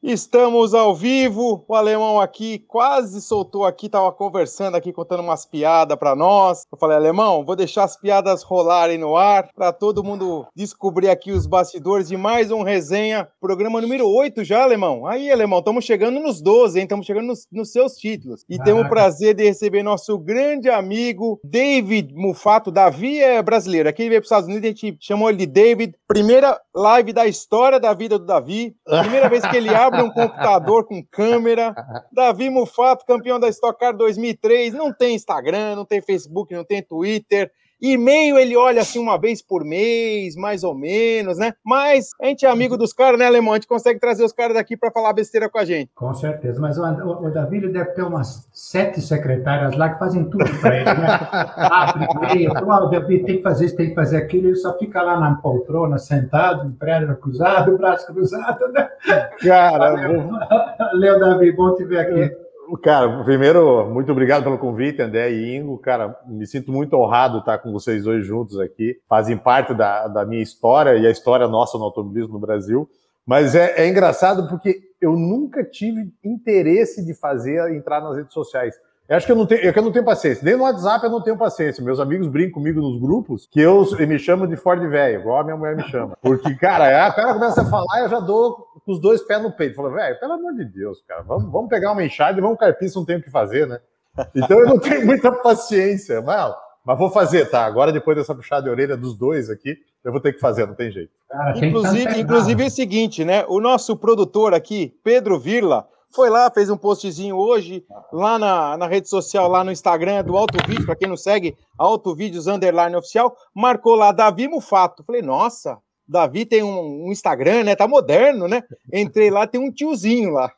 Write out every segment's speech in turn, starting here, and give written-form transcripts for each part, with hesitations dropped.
Estamos ao vivo, o Alemão aqui quase soltou aqui, tava conversando aqui, contando umas piadas pra nós. Eu falei, Alemão, vou deixar as piadas rolarem no ar pra todo mundo descobrir aqui os bastidores de mais um resenha, programa número 8 já, Alemão. Aí, Alemão, estamos chegando nos 12, hein? Estamos chegando nos seus títulos. E temos o prazer de receber nosso grande amigo David Mufato. Davi é brasileiro, aqui ele veio para os Estados Unidos, a gente chamou ele de David. Primeira live da história da vida do Davi, primeira vez que ele abre um computador com câmera. Davi Mufato, campeão da Stock Car 2003, não tem Instagram, não tem Facebook, não tem Twitter. E-mail ele olha assim uma vez por mês, mais ou menos, né? Mas a gente é amigo dos caras, né, Alemão? A gente consegue trazer os caras daqui para falar besteira com a gente. Com certeza, mas o Davi ele deve ter umas 7 secretárias lá que fazem tudo para ele, né? Abre e-mail, o Davi tem que fazer isso, tem que fazer aquilo, ele só fica lá na poltrona, sentado, em prédio cruzado, braço cruzado, né? Cara, Valeu, Davi, bom te ver aqui. Cara, primeiro, muito obrigado pelo convite, André e Ingo. Cara, me sinto muito honrado estar com vocês dois juntos aqui. Fazem parte da minha história e a história nossa no automobilismo no Brasil. Mas é engraçado porque eu nunca tive interesse de entrar nas redes sociais. Eu acho que eu não tenho paciência. Nem no WhatsApp eu não tenho paciência. Meus amigos brincam comigo nos grupos que me chamam de Ford velho, igual a minha mulher me chama. Porque, cara, o cara começa a falar e eu já dou com os dois pés no peito. Falo, velho, pelo amor de Deus, cara, vamos pegar uma enxada e vamos carpir se não tem o que fazer, né? Então eu não tenho muita paciência. Mas vou fazer, tá? Agora, depois dessa puxada de orelha dos dois aqui, eu vou ter que fazer, não tem jeito. Inclusive é o seguinte, né? O nosso produtor aqui, Pedro Virla, foi lá, fez um postzinho hoje, lá na rede social, lá no Instagram do Auto Vídeo, para quem não segue, Auto Vídeos _, oficial, marcou lá Davi Mufato. Falei, nossa, Davi tem um Instagram, né? Tá moderno, né? Entrei lá, tem um tiozinho lá.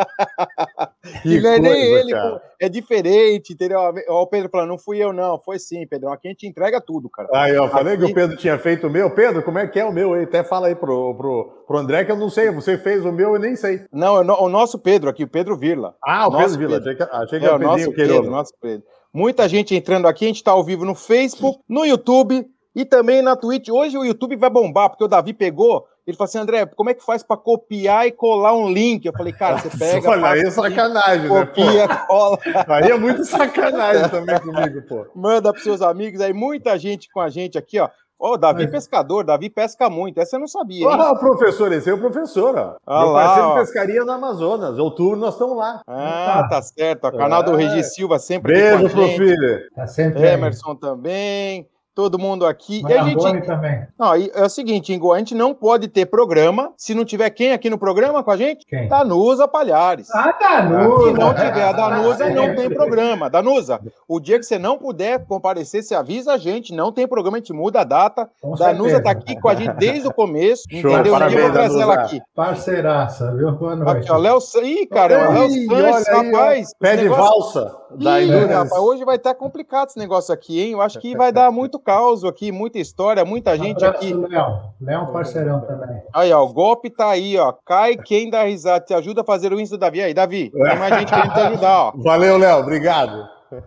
E não é nem ele, cara. É diferente, entendeu? Ó, o Pedro falando, não fui eu não, foi sim, Pedrão, aqui a gente entrega tudo, cara. Aí eu falei que o Pedro tinha feito o meu. Pedro, como é que é o meu aí? Até fala aí pro André que eu não sei, você fez o meu, eu nem sei. Não, o nosso Pedro aqui, o Pedro Virla. Ah, o Pedro Virla, achei que era o nosso Pedro. Muita gente entrando aqui, a gente tá ao vivo no Facebook, no YouTube e também na Twitch. Hoje o YouTube vai bombar, porque o Davi pegou. Ele falou assim, André, como é que faz para copiar e colar um link? Eu falei, cara, você pega... Olha, aí é sacanagem, né? Copia, cola... Aí é muito sacanagem também comigo, pô. Manda pros seus amigos aí, muita gente com a gente aqui, ó. Ó, Davi pescador, Davi pesca muito, essa eu não sabia, hein? Ah, professor, esse é o professor, ó. Meu parceiro de pescaria no Amazonas, outubro nós estamos lá. Ah, tá certo, o canal do Regi Silva sempre aqui com a gente. Beijo, pro filho. Tá sempre Emerson também. Todo mundo aqui. E a gente também. Não, é o seguinte, Ingo, a gente não pode ter programa se não tiver quem aqui no programa com a gente? Quem? Danusa Palhares. Danusa! Se não tiver a Danusa, não tem programa. Danusa, o dia que você não puder comparecer, você avisa a gente, não tem programa, a gente muda a data. Com Danusa certeza. tá aqui com a gente desde o começo. Show, entendeu? parabéns, eu vou trazer ela aqui. Parceiraça, viu? Boa noite. Aqui, ó, Léo... Ih, cara, Léo Santos, rapaz. Pé de valsa. Rapaz, hoje vai estar complicado esse negócio aqui, hein? Eu acho que vai dar muito caos aqui, muita história, muita gente aqui. Léo é um parceirão também. Aí, ó, o golpe tá aí, ó. Cai quem dá risada. Te ajuda a fazer o Insta do Davi. Aí, Davi, tem mais gente querendo te ajudar, ó. Valeu, Léo, obrigado.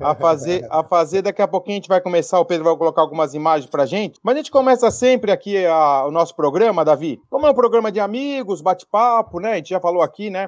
A fazer, daqui a pouquinho a gente vai começar, o Pedro vai colocar algumas imagens pra gente, mas a gente começa sempre aqui o nosso programa, Davi. Como é um programa de amigos, bate-papo, né? A gente já falou aqui, né?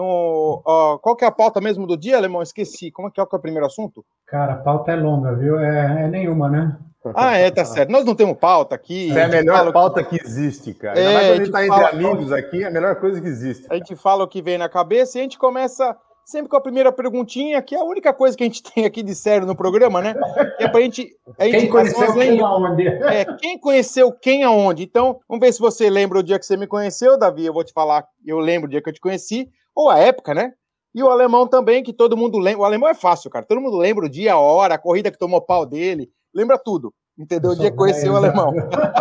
Qual que é a pauta mesmo do dia, Alemão? Esqueci. Como é que é o primeiro assunto? Cara, a pauta é longa, viu? É nenhuma, né? Ah, tá certo. Nós não temos pauta aqui. É a melhor pauta que existe, cara. Ainda mais quando a gente tá entre amigos aqui, é a melhor coisa que existe. A gente fala o que vem na cabeça e a gente começa sempre com a primeira perguntinha, que é a única coisa que a gente tem aqui de sério no programa, né? Que é pra gente... Quem conheceu quem aonde? Quem conheceu quem aonde. Então, vamos ver se você lembra o dia que você me conheceu, Davi. Eu vou te falar, eu lembro o dia que eu te conheci, ou a época, né? E o Alemão também, que todo mundo lembra. O Alemão é fácil, cara. Todo mundo lembra o dia, a hora, a corrida que tomou pau dele. Lembra tudo. Entendeu? O dia que conheceu o Alemão.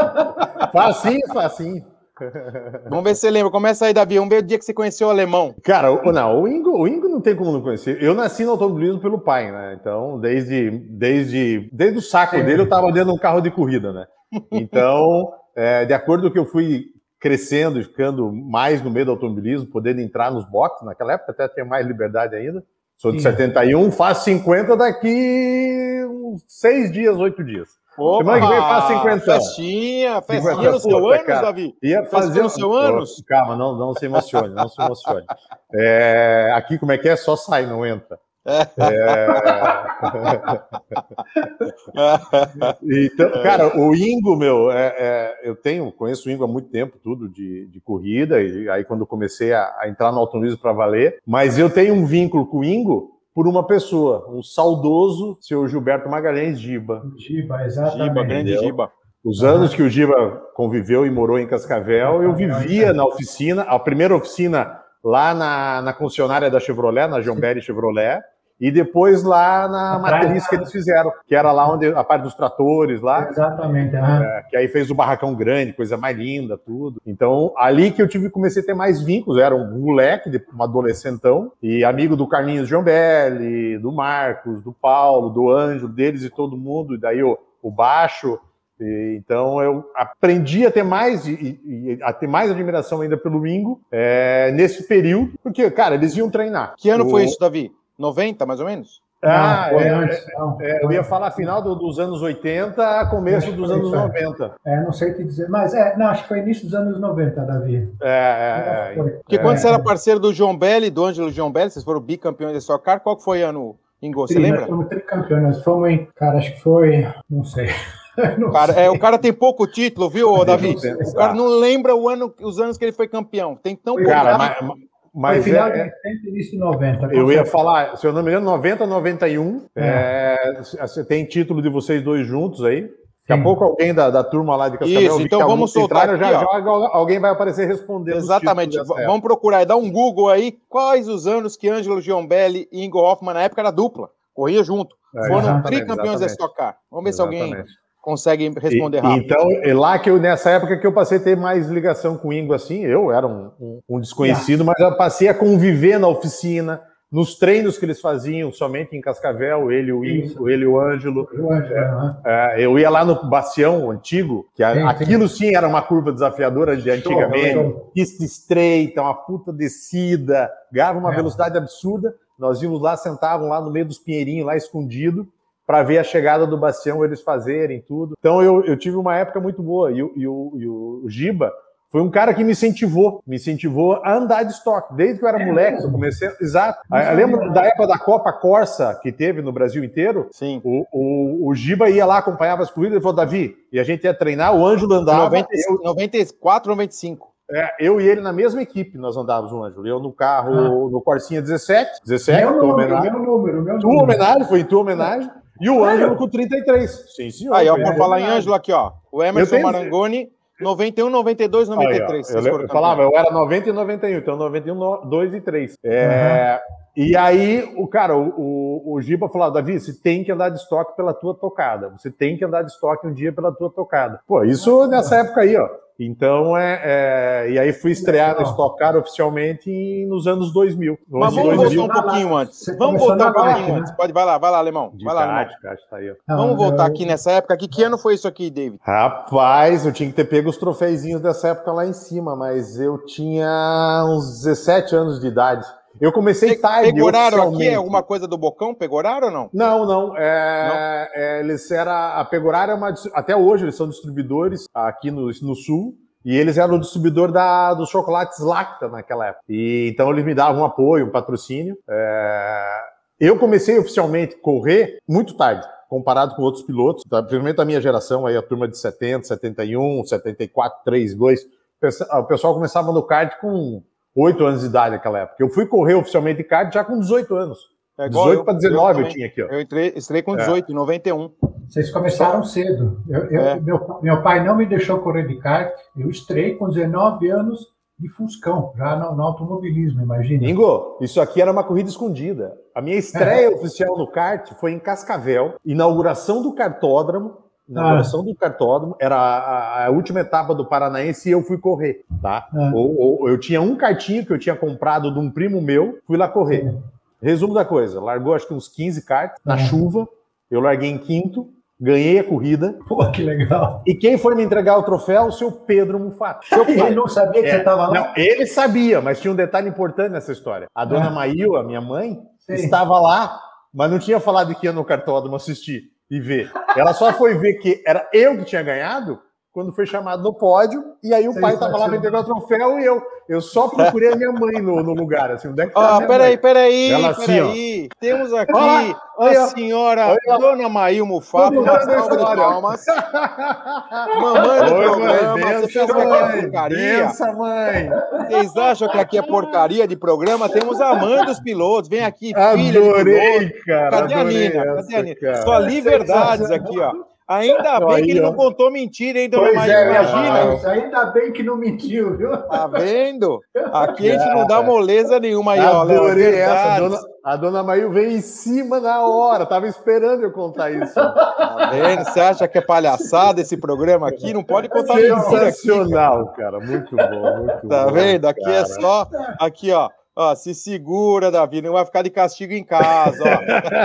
Facinho. Vamos ver se você lembra. Começa aí, Davi. Vamos ver o dia que você conheceu o Alemão. Cara, o Ingo não tem como não conhecer. Eu nasci no automobilismo pelo pai, né? Então, desde o saco dele, eu tava dentro de um carro de corrida, né? Então, de acordo com o que eu fui crescendo e ficando mais no meio do automobilismo, podendo entrar nos boxes, naquela época até tinha mais liberdade ainda. Sou de 71, faço 50 daqui uns 6 dias, 8 dias. Semana que vem faz 50. Festinha no seu anos, cara. Davi? Ia fazer no seu anos? Calma, não se emocione, não se emocione. Aqui, como é que é? Só sai, não entra. Então, cara, o Ingo, eu conheço o Ingo há muito tempo, tudo de corrida, e aí quando eu comecei a entrar no automobilismo para valer, mas eu tenho um vínculo com o Ingo por uma pessoa, um saudoso seu Gilberto Magalhães Giba. Giba, exatamente. Grande Giba. Os anos que o Giba conviveu e morou em Cascavel, eu vivia na oficina, a primeira oficina lá na concessionária da Chevrolet, na Jomberi Chevrolet, e depois lá na matriz que eles fizeram, que era lá onde a parte dos tratores lá. Exatamente. Que aí fez o barracão grande, coisa mais linda, tudo. Então, ali que eu comecei a ter mais vínculos. Eu era um moleque, um adolescentão, e amigo do Carlinhos Giombelli, do Marcos, do Paulo, do Ângelo, deles e todo mundo, e daí o Baixo. Então eu aprendi a ter mais a ter mais admiração ainda pelo Ingo nesse período, porque, cara, eles iam treinar. Que ano foi isso, Davi? 90, mais ou menos? Eu ia falar final dos anos 80, começo dos anos 90. Não sei te dizer, mas acho que foi início dos anos 90, Davi. Porque quando você era parceiro do Giombelli, do Ângelo Giombelli, vocês foram bicampeões da Stock Car, qual que foi ano, Ingo? Você lembra? Nós fomos tricampeões, nós fomos acho que foi, não sei. O cara tem pouco título, viu, Davi? O cara não lembra os anos que ele foi campeão. Tem tão pouco. Mas foi final de 80 e início de 90. Eu ia falar, se eu não me engano, 90, 91. Você tem título de vocês dois juntos aí. Daqui a pouco alguém da turma lá de Cascavel... Isso, então vamos soltar aqui, alguém vai aparecer respondendo. Exatamente. Vamos procurar, dá um Google aí, quais os anos que Ângelo Giombelli e Ingo Hoffmann, na época era dupla, corria junto. Foram tricampeões da Stock Car. Vamos ver se alguém consegue responder rápido. Então, lá nessa época que eu passei a ter mais ligação com o Ingo, assim, eu era um desconhecido, mas eu passei a conviver na oficina, nos treinos que eles faziam, somente em Cascavel, ele, o Ingo, ele, o Ângelo. Eu ia lá no Bacião antigo, que aquilo sim era uma curva desafiadora de antigamente, pista estreita, uma puta descida, ganhava uma velocidade absurda, nós íamos lá, sentavam lá no meio dos pinheirinhos, lá escondido, para ver a chegada do Bacião, eles fazerem tudo. Então eu tive uma época muito boa. E o Giba foi um cara que me incentivou a andar de estoque. Desde que eu era moleque, eu comecei... Exato. Eu lembro da época da Copa Corsa, que teve no Brasil inteiro. Sim. O Giba ia lá, acompanhava as corridas, ele falou, Davi, e a gente ia treinar, o Ângelo andava... 94, 95. Eu e ele na mesma equipe, nós andávamos o Ângelo. Eu no carro, no Corsinha 17, meu número. Tua homenagem, foi em tua homenagem. E o Ângelo com 33. Sim, senhor. Aí, por falar em Ângelo, aqui, ó. O Emerson Marangoni, 91, 92, 93. Eu falava, eu era 90 e 91, então 91, 2 e 3. E aí, o Giba falou, Davi, você tem que andar de estoque pela tua tocada. Você tem que andar de estoque um dia pela tua tocada. Pô, isso nessa época aí, ó. Então, e aí fui estrear no Stock Car oficialmente nos anos 2000. Mas vamos voltar um pouquinho antes. Vamos voltar um pouquinho antes. Vai lá, Alemão. Vai lá, Alemão. Tá aí, vamos voltar aqui nessa época. Que ano foi isso aqui, David? Rapaz, eu tinha que ter pego os trofeizinhos dessa época lá em cima, mas eu tinha uns 17 anos de idade. Eu comecei tarde. Pegoraram aqui? Alguma coisa do Bocão? Pegoraram ou não? Não. Eles a Pegoraro até hoje eles são distribuidores aqui no Sul. E eles eram o distribuidor dos chocolates Lacta naquela época. E então eles me davam um apoio, um patrocínio. Eu comecei oficialmente a correr muito tarde, comparado com outros pilotos, principalmente da minha geração, aí a turma de 70, 71, 74, 32. O pessoal começava no kart com 8 anos de idade naquela época. Eu fui correr oficialmente de kart já com 18 anos. 18 para 19 eu tinha aqui. Ó. Eu estrei com 18, em 91. Vocês começaram cedo. Meu pai não me deixou correr de kart. Eu estrei com 19 anos de Fuscão, já no automobilismo, imagina. Ingo, isso aqui era uma corrida escondida. A minha estreia oficial no kart foi em Cascavel, inauguração do kartódromo. Era a última etapa do Paranaense e eu fui correr, tá? Eu tinha um kartinho que eu tinha comprado de um primo meu, fui lá correr. Resumo da coisa, largou acho que uns 15 karts na chuva, eu larguei em quinto, ganhei a corrida. Pô, que legal. E quem foi me entregar o troféu? O seu Pedro Mufato. Ele não sabia que você estava lá? Não, ele sabia, mas tinha um detalhe importante nessa história. A dona Maíla, minha mãe, estava lá, mas não tinha falado que ia no kartódromo assistir. e ver. Ela só foi ver que era eu que tinha ganhado quando foi chamado no pódio, e aí o pai estava lá para entregar o troféu e eu só procurei a minha mãe no lugar, assim, onde é que tá a minha mãe? Peraí. Temos aqui a senhora Dona Maíl Mufato, uma salva de palmas. Mamãe do programa, você pensa que aqui é porcaria? Benção, mãe! Vocês acham que aqui é porcaria de programa? Temos a mãe dos pilotos, vem aqui, filha Adorei, de piloto. cara! Cadê a Nina? Cadê a Nina? Só li verdades aqui, ó. Ainda bem que ele não contou mentira, hein, Dona Maíl? Imagina. Ainda bem que não mentiu, viu? Tá vendo? Aqui a gente não dá moleza nenhuma aí, ó, Léo. Adorei essa. A Dona Maíl veio em cima na hora. Tava esperando eu contar isso. Tá vendo? Você acha que é palhaçada esse programa aqui? Não pode contar mentira aqui. Sensacional, cara. Muito bom, muito bom. Tá vendo? Aqui cara. é só... Aqui, ó. Ó, se segura, Davi, não vai ficar de castigo em casa, ó.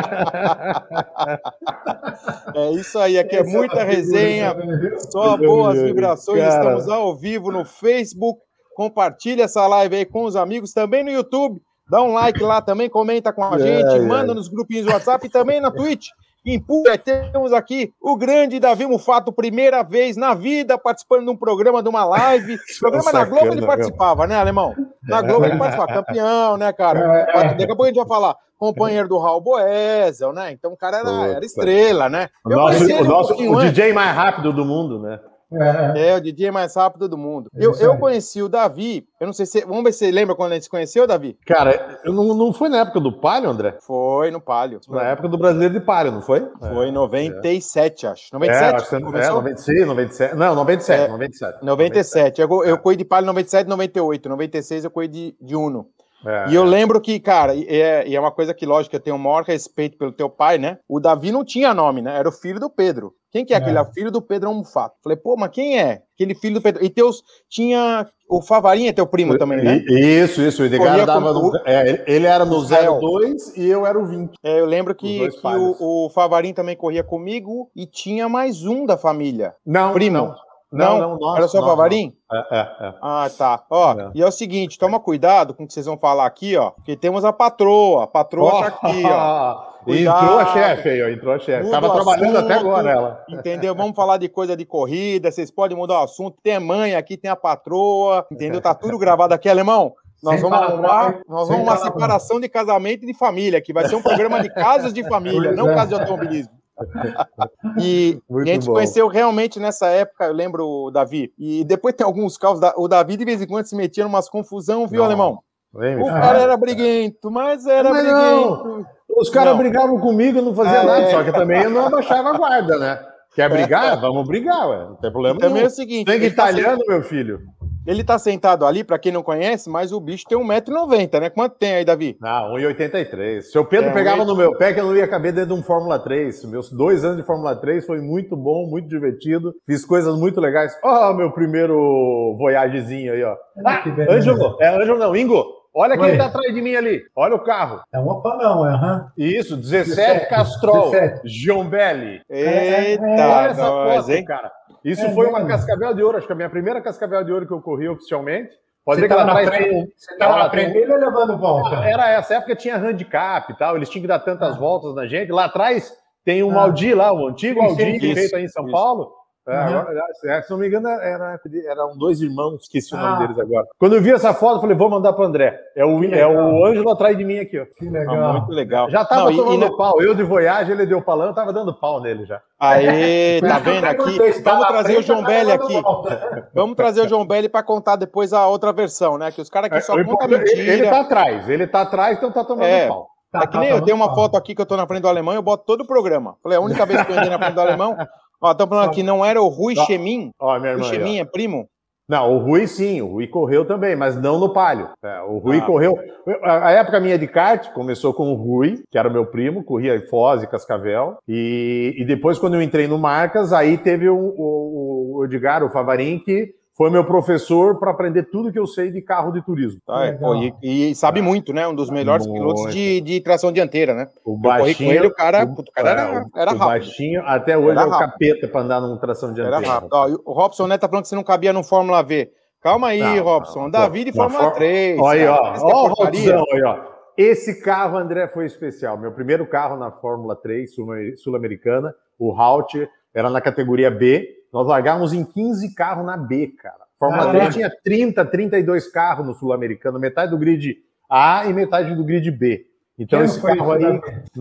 É isso aí, aqui é muita resenha, só boas vibrações, cara. Estamos ao vivo no Facebook, compartilha essa live aí com os amigos, também no YouTube, dá um like lá também, comenta com a gente, manda nos grupinhos do WhatsApp e também na Twitch. Impulsa, temos aqui o grande Davi Mufato, primeira vez na vida participando de um programa, de uma live. Programa na Globo ele participava, né, Alemão? Na Globo ele participava, campeão, né, cara? Daqui a pouco a gente vai falar, companheiro do Raul Boesel, né? Então o cara era estrela, né? O DJ mais rápido do mundo, né? O DJ mais rápido do mundo. Eu conheci o Davi, eu não sei se... Vamos ver se você lembra quando a gente se conheceu, Davi? Cara, não foi na época do Palio, André? Foi no Palio. Na época do Brasileiro de Palio, não foi? Foi em 97, acho. 97? Acho que 96, 97. Não, 97. 97. Eu corri de Palio em 97, 98. 96 eu corri de Uno. E eu lembro que, cara, e é uma coisa que, lógico, eu tenho o maior respeito pelo teu pai, né? O Davi não tinha nome, né? Era o filho do Pedro. Quem que é aquele? É o filho do Pedro Mufato. Falei, pô, mas quem é? Aquele filho do Pedro. E tinha o Favarinha, teu primo também, né? Isso. O Edgar dava ele era no 02 e eu era o 20. Eu lembro que o Favarinha também corria comigo e tinha mais um da família. Primo. Não, era só o Favarim? Ah, tá. Ó, e é o seguinte, toma cuidado com o que vocês vão falar aqui, ó, porque temos a patroa tá aqui, ó. Entrou a chefe aí, ó, entrou a chefe. Tava trabalhando até agora ela. Entendeu? Vamos falar de coisa de corrida, vocês podem mudar o assunto. Tem a mãe aqui, tem a patroa, entendeu? Tá tudo gravado aqui, Alemão. Nós vamos arrumar uma separação de casamento e de família, que vai ser um programa de casos de família, não casos de automobilismo. E a gente conheceu realmente nessa época, eu lembro, Davi. E depois tem alguns carros, o Davi de vez em quando se metia em umas confusão, viu, Alemão? O cara era briguento, mas era briguento. Os caras brigavam comigo, eu não fazia nada, só que também eu não abaixava a guarda, né? Quer brigar? Vamos brigar, ué. Não tem problema nenhum. Também é o seguinte... Sangue italiano, meu filho. Ele tá sentado ali, pra quem não conhece, mas o bicho tem 1,90 m, né? Quanto tem aí, Davi? 1,83 m. Se o Pedro pegava no meu pé, que eu não ia caber dentro de um Fórmula 3. Meus 2 anos de Fórmula 3 foi muito bom, muito divertido. Fiz coisas muito legais. Meu primeiro voyagezinho aí, ó. Ângelo. Ângelo não, Ingo. Olha quem tá atrás de mim ali. Olha o carro. É um Opalão, Isso, 17 Castrol. Giombelli. Eita, olha essa foto, cara. Isso foi uma Cascavel de Ouro, acho que a minha primeira Cascavel de Ouro que eu corri oficialmente. Pode ver que ela traz. Você estava aprendendo ou levando volta? Era essa época, tinha handicap e tal, eles tinham que dar tantas voltas na gente. Lá atrás tem um Audi lá, o antigo Audi que feito aí em São Paulo. Se não me engano, eram 2 irmãos, esqueci o nome deles agora. Quando eu vi essa foto, eu falei, vou mandar pro André. É o Ângelo atrás de mim aqui, ó. Que legal. Muito legal. Já tava tomando pau. Eu de Voyage, ele deu palão, eu tava dando pau nele já. Aí, tá vendo aqui? Vamos trazer o Giombelli aqui. Vamos trazer o Giombelli pra contar depois a outra versão, né? Que os caras aqui só contam mentira. Ele tá atrás, então tá tomando pau. É que nem eu tenho uma foto aqui que eu tô na frente do alemão, eu boto todo o programa. Falei, a única vez que eu andei na frente do alemão. Ó, estão falando aqui, não era o Rui Chemin? Ó, minha irmã. O Chemin é primo? Não, o Rui sim, o Rui correu também, mas não no Palio. O Rui correu. A época minha de kart começou com o Rui, que era meu primo, corria em Foz e Cascavel. E depois, quando eu entrei no Marcas, aí teve o Edgar, o Favarin, que foi meu professor para aprender tudo que eu sei de carro de turismo. E sabe muito, né? Um dos melhores pilotos de tração dianteira, né? O baixinho, com ele, o cara era rápido. O baixinho, até hoje é o capeta para andar num tração dianteira. Era rápido. Ó, o Robson Neto tá falando que você não cabia no Fórmula V. Calma aí, Robson. Davi de Fórmula 3. Olha aí, ó. Ó o Robson aí, ó. Esse carro, André, foi especial. Meu primeiro carro na Fórmula 3 sul-americana o Halt era na categoria B, nós largávamos em 15 carros na B, cara. Fórmula 3 tinha 32 carros no Sul-Americano, metade do grid A e metade do grid B. Então esse carro aí,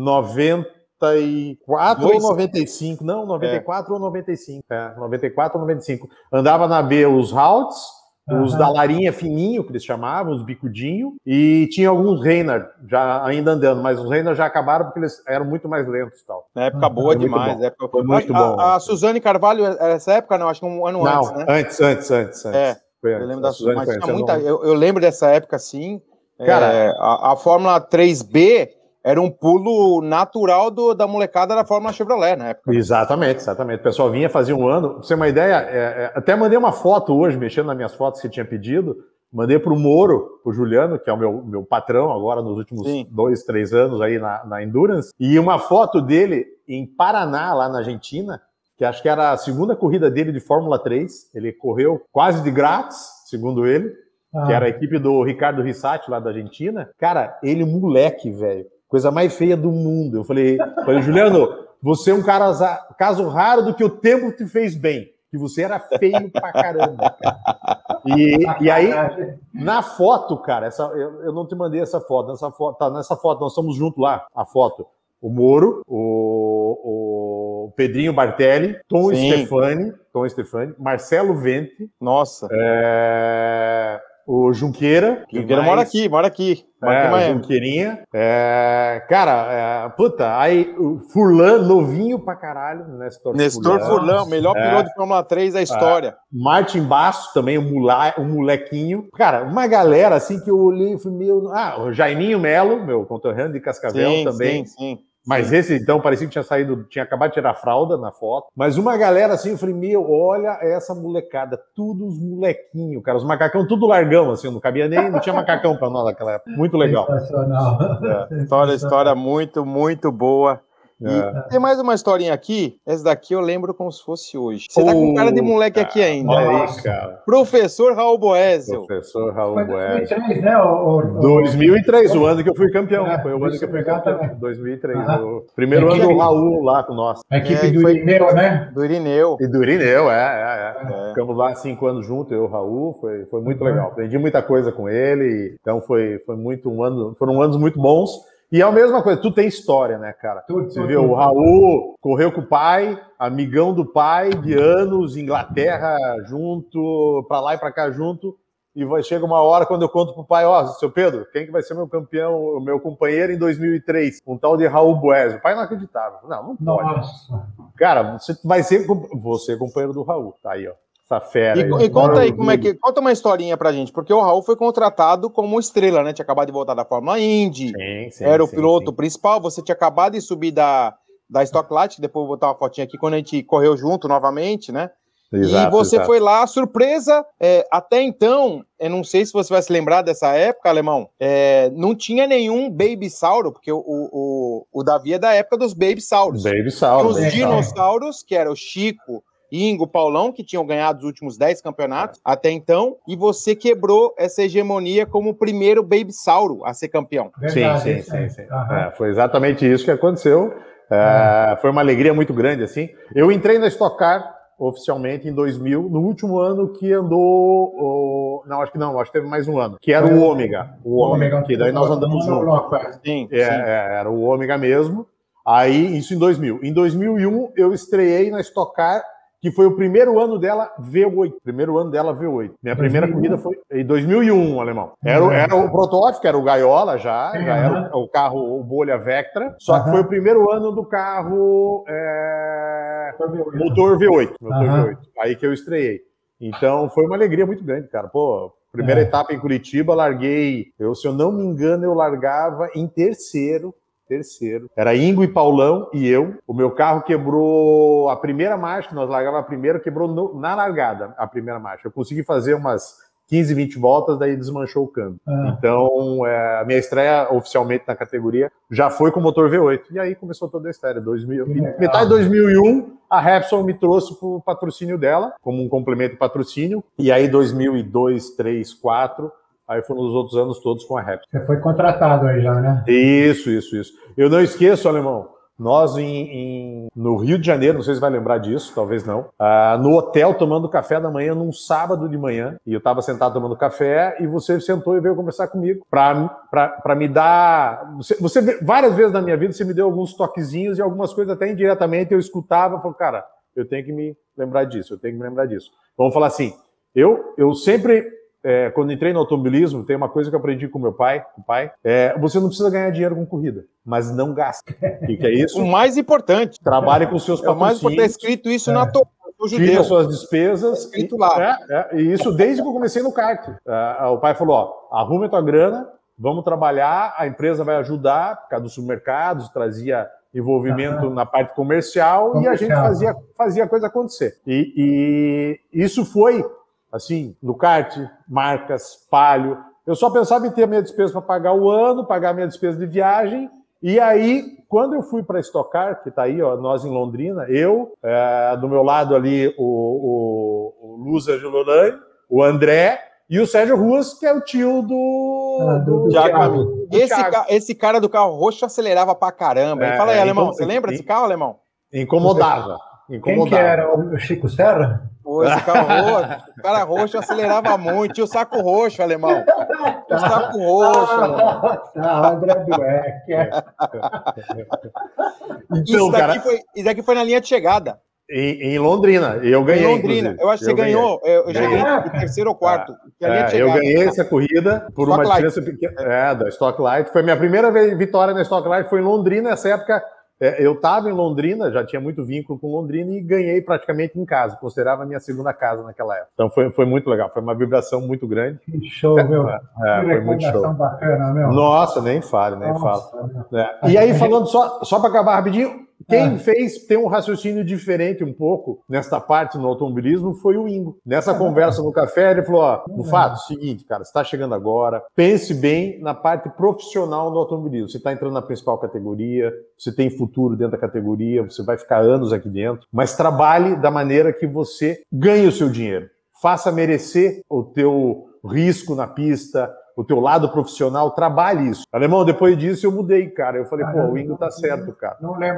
94 ou 95, não, 94 ou 95, 94 ou 95. Andava na B os Halts, os da larinha fininho, que eles chamavam, os bicudinho, e tinha alguns Reynard já ainda andando, mas os Reynard já acabaram porque eles eram muito mais lentos e tal. Na época boa demais. Foi muito bom. A Suzane Carvalho era essa época, não? Acho que um ano antes, né? Antes. Eu lembro da Suzane, mas tinha muita... Eu lembro dessa época, sim. Cara, a Fórmula 3B era um pulo natural da molecada da Fórmula Chevrolet na época. Exatamente. O pessoal vinha, fazia um ano. Pra você ter uma ideia, até mandei uma foto hoje, mexendo nas minhas fotos que tinha pedido, mandei pro Moro, pro Juliano, que é o meu patrão agora nos últimos 2, 3 anos aí na Endurance, e uma foto dele em Paraná, lá na Argentina, que acho que era a segunda corrida dele de Fórmula 3, ele correu quase de grátis, segundo ele, que era a equipe do Ricardo Rissati, lá da Argentina. Cara, ele moleque, velho. Coisa mais feia do mundo. Eu falei, Juliano, você é um caso raro do que o tempo te fez bem. Que você era feio pra caramba, cara. E aí, na foto, cara, eu não te mandei essa foto. Nessa foto, nós estamos juntos lá, a foto. O Moro, o Pedrinho Bartelli, Tom Stefani, Marcelo Vente. Nossa. O Junqueira. Junqueira mora aqui. Junqueirinha. Aí o Furlan, novinho pra caralho. Nestor Furlan, melhor piloto de Fórmula 3 da história. Martin Basso também, um molequinho. Cara, uma galera assim que eu olhei e falei, o Jaiminho Melo, meu conterrâneo de Cascavel também. Sim. Mas esse, então, parecia que tinha acabado de tirar a fralda na foto. Mas uma galera assim, eu falei, olha essa molecada, tudo os molequinhos, cara, os macacão, tudo largão, assim, não cabia não tinha macacão pra nós naquela época. Muito legal. Sensacional. História muito, muito boa. E tem mais uma historinha aqui, essa daqui eu lembro como se fosse hoje. Você tá com cara de moleque aqui ainda. Aí, cara. Professor Raul Boésio. Professor Raul Boésio. 2003, né? 2003, o ano que eu fui campeão. Foi o ano que eu fui campeão. 2003. O primeiro ano do Raul lá com nós. A equipe do Irineu, né? Do Irineu. E do Irineu, Ficamos lá 5 anos juntos, eu e o Raul. Foi muito legal. Aprendi muita coisa com ele. Então foram anos muito bons. E é a mesma coisa, tu tem história, né, cara? Você vê, o Raul correu com o pai, amigão do pai, de anos, Inglaterra junto, pra lá e pra cá junto, e chega uma hora quando eu conto pro pai, seu Pedro, quem que vai ser meu campeão, o meu companheiro em 2003? Um tal de Raul Boésio. O pai não acreditava. Não pode. Nossa. Cara, você vai ser companheiro do Raul. Tá aí, ó. Essa fera. E conta aí, conta uma historinha pra gente, porque o Raul foi contratado como estrela, né? Tinha acabado de voltar da Fórmula Indy, era o piloto principal, você tinha acabado de subir da Stock Light, depois eu vou botar uma fotinha aqui, quando a gente correu junto novamente, né? Exato, e você foi lá, surpresa, até então, eu não sei se você vai se lembrar dessa época, Alemão, não tinha nenhum Baby Sauro, porque o Davi é da época dos Baby Sauros. Baby Sauro. Os dinossauros, que era o Chico, Ingo, Paulão, que tinham ganhado os últimos 10 campeonatos até então, e você quebrou essa hegemonia como o primeiro Baby Sauro a ser campeão. Verdade, sim. Foi exatamente isso que aconteceu. Foi uma alegria muito grande, assim. Eu entrei na Stock Car oficialmente em 2000, no último ano que andou... Acho que teve mais um ano, que era o Ômega. O Ômega, que daí nós andamos juntos. Sim. Era o Ômega mesmo. Aí, isso em 2000. Em 2001, eu estreiei na Stock Car, que foi o primeiro ano dela V8. Minha primeira corrida foi em 2001, alemão. Era o protótipo, era o Gaiola já era o carro, o Bolha Vectra, só que foi o primeiro ano do carro motor V8. Aí que eu estreiei. Então, foi uma alegria muito grande, cara. Primeira etapa em Curitiba, larguei... se eu não me engano, eu largava em terceiro. Era Ingo e Paulão e eu. O meu carro quebrou a primeira marcha, que nós largávamos a primeira, quebrou na largada a primeira marcha. Eu consegui fazer umas 15, 20 voltas, daí desmanchou o câmbio. Então, a minha estreia oficialmente na categoria já foi com motor V8. E aí começou toda a história. Metade de 2001, a Repsol me trouxe para o patrocínio dela, como um complemento de patrocínio. E aí 2002, 2003, 2004... Aí foram os outros anos todos com a Repsol. Você foi contratado aí já, né? Isso. Eu não esqueço, Alemão, nós no Rio de Janeiro, não sei se vai lembrar disso, talvez não, no hotel tomando café da manhã num sábado de manhã, e eu estava sentado tomando café e você sentou e veio conversar comigo para me dar... Você várias vezes na minha vida você me deu alguns toquezinhos e algumas coisas até indiretamente eu escutava e falei, cara, eu tenho que me lembrar disso, eu tenho que me lembrar disso. Vamos falar assim, eu sempre... quando entrei no automobilismo, tem uma coisa que eu aprendi com meu pai, você não precisa ganhar dinheiro com corrida, mas não gasta. O que é isso? O mais importante. Trabalhe com seus patrocínios. O mais importante, é escrito isso na Torá. Tira as suas despesas. Escrito lá. E isso desde que eu comecei no kart. O pai falou, arrume a tua grana, vamos trabalhar, a empresa vai ajudar, por causa dos supermercados, trazia envolvimento na parte comercial e a gente fazia a coisa acontecer. E isso foi... assim, no kart, marcas, Palio. Eu só pensava em ter a minha despesa para pagar o ano, pagar a minha despesa de viagem. E aí, quando eu fui para a Stock Car, que está aí, ó, nós em Londrina, do meu lado ali, o Luza Gelolani, o André e o Sérgio Ruas, que é o tio do Thiago. Esse cara do carro roxo acelerava pra caramba. Fala aí, Alemão, você lembra desse carro, Alemão? Incomodava. Quem que era? O Chico Serra? Pô, esse carro roxo, o cara roxo acelerava muito. Tinha o saco roxo, Alemão. O saco roxo, Alemão. André Dueck. Então, isso daqui foi na linha de chegada. Em Londrina. Eu ganhei. Em Londrina. Inclusive. Eu acho que você ganhou. Eu cheguei em terceiro ou quarto. Eu ganhei essa corrida por Stock uma diferença pequena. Da Stock Light. Foi minha primeira vitória na Stock Light. Foi em Londrina. Nessa época, eu estava em Londrina, já tinha muito vínculo com Londrina e ganhei praticamente em casa. Considerava a minha segunda casa naquela época. Então foi muito legal. Foi uma vibração muito grande. Que show, meu. Foi muito show. Bacana, meu. Nossa, nem fale. E aí, falando só para acabar rapidinho, quem tem um raciocínio diferente um pouco nesta parte no automobilismo foi o Ingo. Nessa conversa no café, ele falou, no fato, seguinte, cara, você está chegando agora, pense bem na parte profissional do automobilismo. Você está entrando na principal categoria, você tem futuro dentro da categoria, você vai ficar anos aqui dentro, mas trabalhe da maneira que você ganhe o seu dinheiro. Faça merecer o teu risco na pista, o teu lado profissional, trabalhe isso. Alemão, depois disso eu mudei, cara. Eu falei, o Ingo tá certo, cara. Não lembro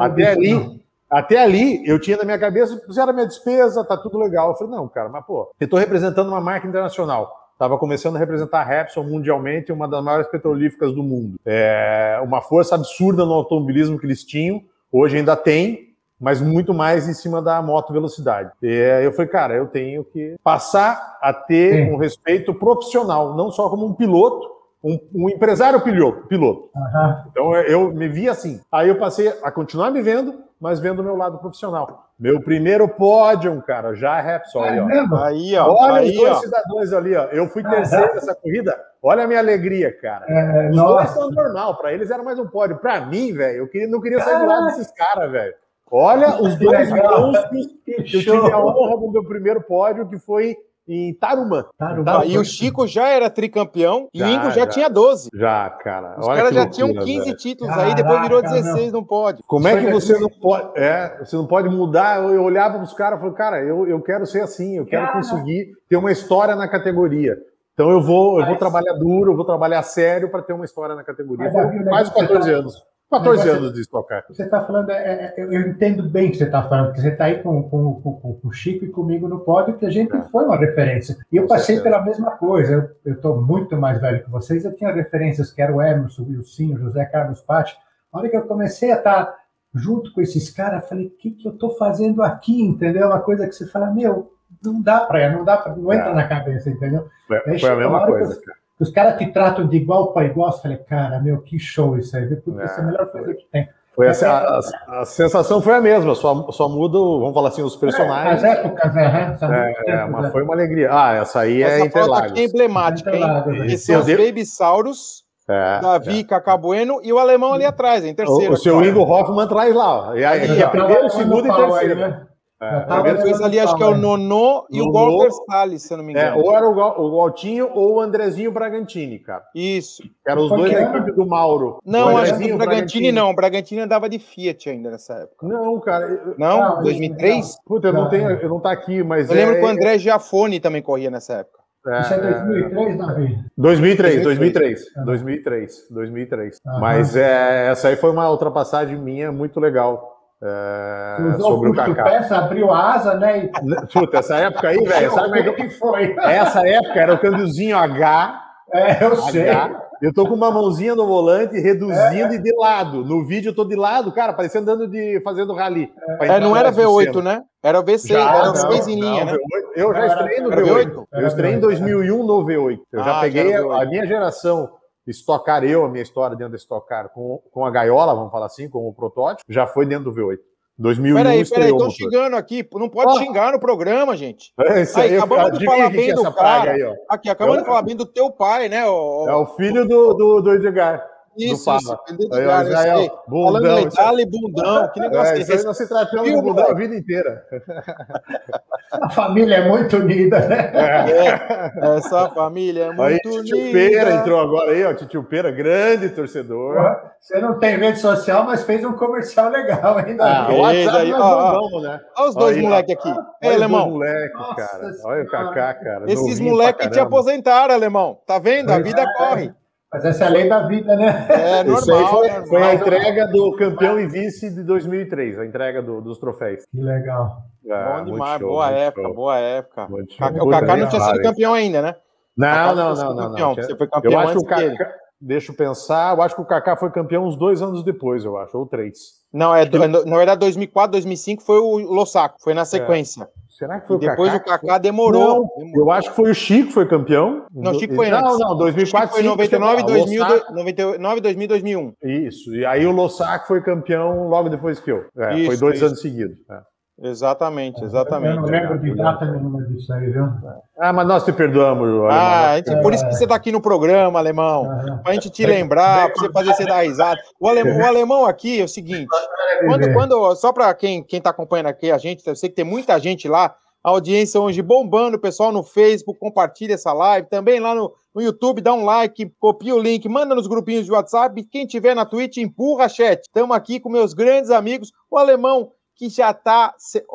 até ali, eu tinha na minha cabeça, fizeram a minha despesa, tá tudo legal. Eu falei, não, cara, mas eu tô representando uma marca internacional. Tava começando a representar a Repsol mundialmente, uma das maiores petrolíferas do mundo. Uma força absurda no automobilismo que eles tinham, hoje ainda tem, mas muito mais em cima da moto velocidade. Eu falei, cara, eu tenho que passar a ter um respeito profissional, não só como um piloto, um empresário piloto. Então eu me vi assim. Aí eu passei a continuar me vendo, mas vendo o meu lado profissional. Meu primeiro pódio, cara, já é Repsol. Olha os dois cidadãos ali, ó. Eu fui terceiro nessa corrida. Olha a minha alegria, cara. Os dois são normal. Para eles era mais um pódio. Para mim, velho, eu não queria sair do lado desses caras, velho. Olha os dois irmãos que eu tive a honra do meu primeiro pódio, que foi em Tarumã. E o Chico já era tricampeão e o Ingo já tinha 12. Já, cara. Os caras já tinham 15 títulos aí, depois virou 16 no pódio. Como é que você não pode... você não pode mudar? Eu olhava para os caras e falei, cara, eu quero ser assim, eu quero conseguir ter uma história na categoria. Então eu vou trabalhar duro, eu vou trabalhar sério para ter uma história na categoria. Mais de 14 anos. 14 anos de Stock Car. Você está falando, eu entendo bem o que você está falando, porque você está aí com o Chico e comigo no pódio, que a gente foi uma referência. E eu passei pela mesma coisa. Eu estou muito mais velho que vocês, eu tinha referências que eram o Emerson, o Wilson, o José Carlos Patti. Na hora que eu comecei a estar junto com esses caras, eu falei, o que eu estou fazendo aqui, entendeu? Uma coisa que você fala, não entra na cabeça, entendeu? Foi a mesma coisa, cara. Os caras te tratam de igual para igual, você falei, cara, que show isso aí, porque isso é a melhor coisa que tem. A sensação foi a mesma, só muda, vamos falar assim, os personagens. As épocas, mas foi uma alegria. Essa aí essa Interlagos. Aqui é emblemática, hein? Esses são os Baby Saurus, Davi Cacabueno e o alemão ali atrás, em terceiro. O seu Ingo Hoffmann atrás lá. E aí, primeiro, segundo e terceiro. Aí, depois ali acho que é o Nonô e o Walter Salles, se eu não me engano. Ou era o Galtinho ou o Andrezinho Bragantini, cara. Isso. Eram os dois da equipe do Mauro. Não, acho que o Bragantini não. O Bragantini andava de Fiat ainda nessa época. Não, cara. Não? 2003? Puta, eu não tá aqui, mas eu lembro que o André Giafone também corria nessa época. Isso é 2003, Davi? 2003. Mas essa aí foi uma ultrapassagem minha muito legal. Sobre o Kaká. Abriu a asa, né? Puta, essa época aí, velho, sabe como é que foi? Essa época era o câmbiozinho H. Eu sei. Eu tô com uma mãozinha no volante, reduzindo e de lado. No vídeo eu tô de lado, cara, parecendo fazendo rally. Não era V8, né? Era o V6, era o V6 em linha, né? Eu já estreiei no V8. Eu estreiei em 2001 no V8. Eu já peguei a minha geração Stock Car, a minha história dentro da Stock Car, com a gaiola, vamos falar assim, com o protótipo, já foi dentro do V8. 2001 Peraí, estão xingando aqui. Não pode xingar no programa, gente. Isso aí, acabamos de falar bem do cara. Aí, aqui, acabamos de falar bem do teu pai, né? É o filho do Edgar. Isso, Edgar, bundão. Falando em bundão, que negócio é esse? Isso aí nós se tratamos de bundão a vida inteira. A família é muito unida, né? Essa família é muito unida. Titio Pera entrou agora aí, ó. Titio Pera, grande torcedor. Você não tem rede social, mas fez um comercial legal ainda. O WhatsApp nós bombamos, né? Olha os dois moleques aqui. Olha Alemão. Os moleques, cara. Olha o Kaká, cara. Esses moleques te aposentaram, Alemão. Tá vendo? A vida corre. Mas essa é a lei da vida, né? Normal. Isso aí foi a entrega do campeão e vice de 2003, a entrega dos troféus. Que legal. Bom demais, boa época. O Kaká não tinha sido campeão ainda, né? Não. Você foi campeão eu acho antes que o Kaká, deixa eu pensar, eu acho que o Kaká foi campeão uns 2 anos depois, eu acho, ou 3. Não, na verdade 2004, 2005 foi o Lossaco, foi na sequência. Será que foi depois o Kaká demorou. Eu acho que foi o Chico foi campeão. Não, o Chico foi antes. Não, 2004 foi 99, 2000, 2001. Isso, e aí o Lossaco foi campeão logo depois que eu. Foi 2 anos seguidos. Exatamente. Eu não lembro de data nenhuma disso aí, viu? Mas nós te perdoamos, Alemão. Por isso que você tá aqui no programa, Alemão. Pra gente te lembrar, pra você fazer você dar risada. O alemão aqui é o seguinte, só pra quem tá acompanhando aqui a gente, eu sei que tem muita gente lá, a audiência hoje bombando, o pessoal no Facebook, compartilha essa live, também lá no YouTube, dá um like, copia o link, manda nos grupinhos de WhatsApp, quem tiver na Twitch, empurra chat. Estamos aqui com meus grandes amigos, o Alemão, que já tá...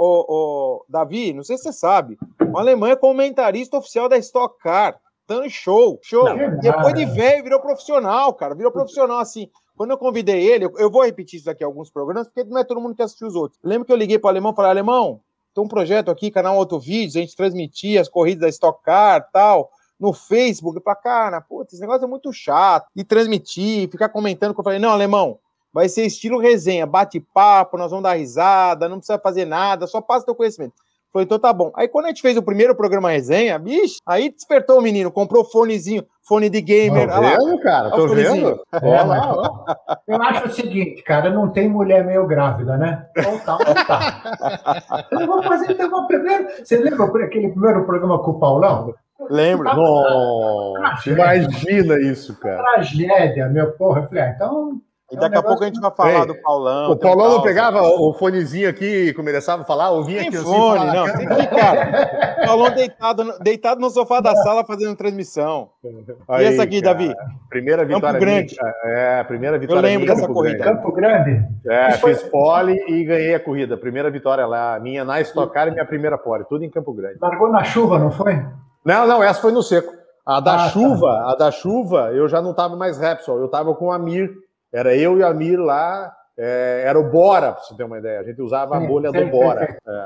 Davi, não sei se você sabe, o Alemão é comentarista oficial da Stock Car. Dando show. Depois de velho, virou profissional, cara. Virou profissional, assim. Quando eu convidei ele, eu vou repetir isso aqui em alguns programas, porque não é todo mundo que assistiu os outros. Lembro que eu liguei pro Alemão e falei, Alemão, tem um projeto aqui, canal Autovídeos, a gente transmitia as corridas da Stock Car e tal, no Facebook. Eu falei, cara, putz, esse negócio é muito chato. E transmitir, ficar comentando. Eu falei, não, Alemão, vai ser estilo resenha, bate-papo, nós vamos dar risada, não precisa fazer nada, só passa teu conhecimento. Falei, então tá bom. Aí quando a gente fez o primeiro programa resenha, bicho, aí despertou o menino, comprou fone de gamer. Tô vendo, cara, tô vendo. Eu acho o seguinte, cara, não tem mulher meio grávida, né? Não tá. Eu vou fazer então o primeiro. Você lembra aquele primeiro programa com o Paulão? Lembro. Nossa, imagina isso, cara. Tragédia, meu porra. Eu falei, então... E daqui a pouco a gente vai falar do Paulão. O Paulão não pegava o fonezinho aqui, começava a falar, ouvia aqui assim. Não, tem que, cara. O Paulão deitado no sofá da sala fazendo transmissão. Aí, e essa aqui, cara, Davi? Primeira vitória. Campo Grande. Primeira vitória. Eu lembro dessa corrida. Campo Grande? Fiz pole e ganhei a corrida. Primeira vitória lá. Minha na Stock Car e minha primeira pole. Tudo em Campo Grande. Largou na chuva, não foi? Não, essa foi no seco. A da chuva, eu já não tava mais Repsol. Eu tava com o Amir. Era eu e o Amir lá, era o Bora, pra você ter uma ideia. A gente usava a bolha do Bora.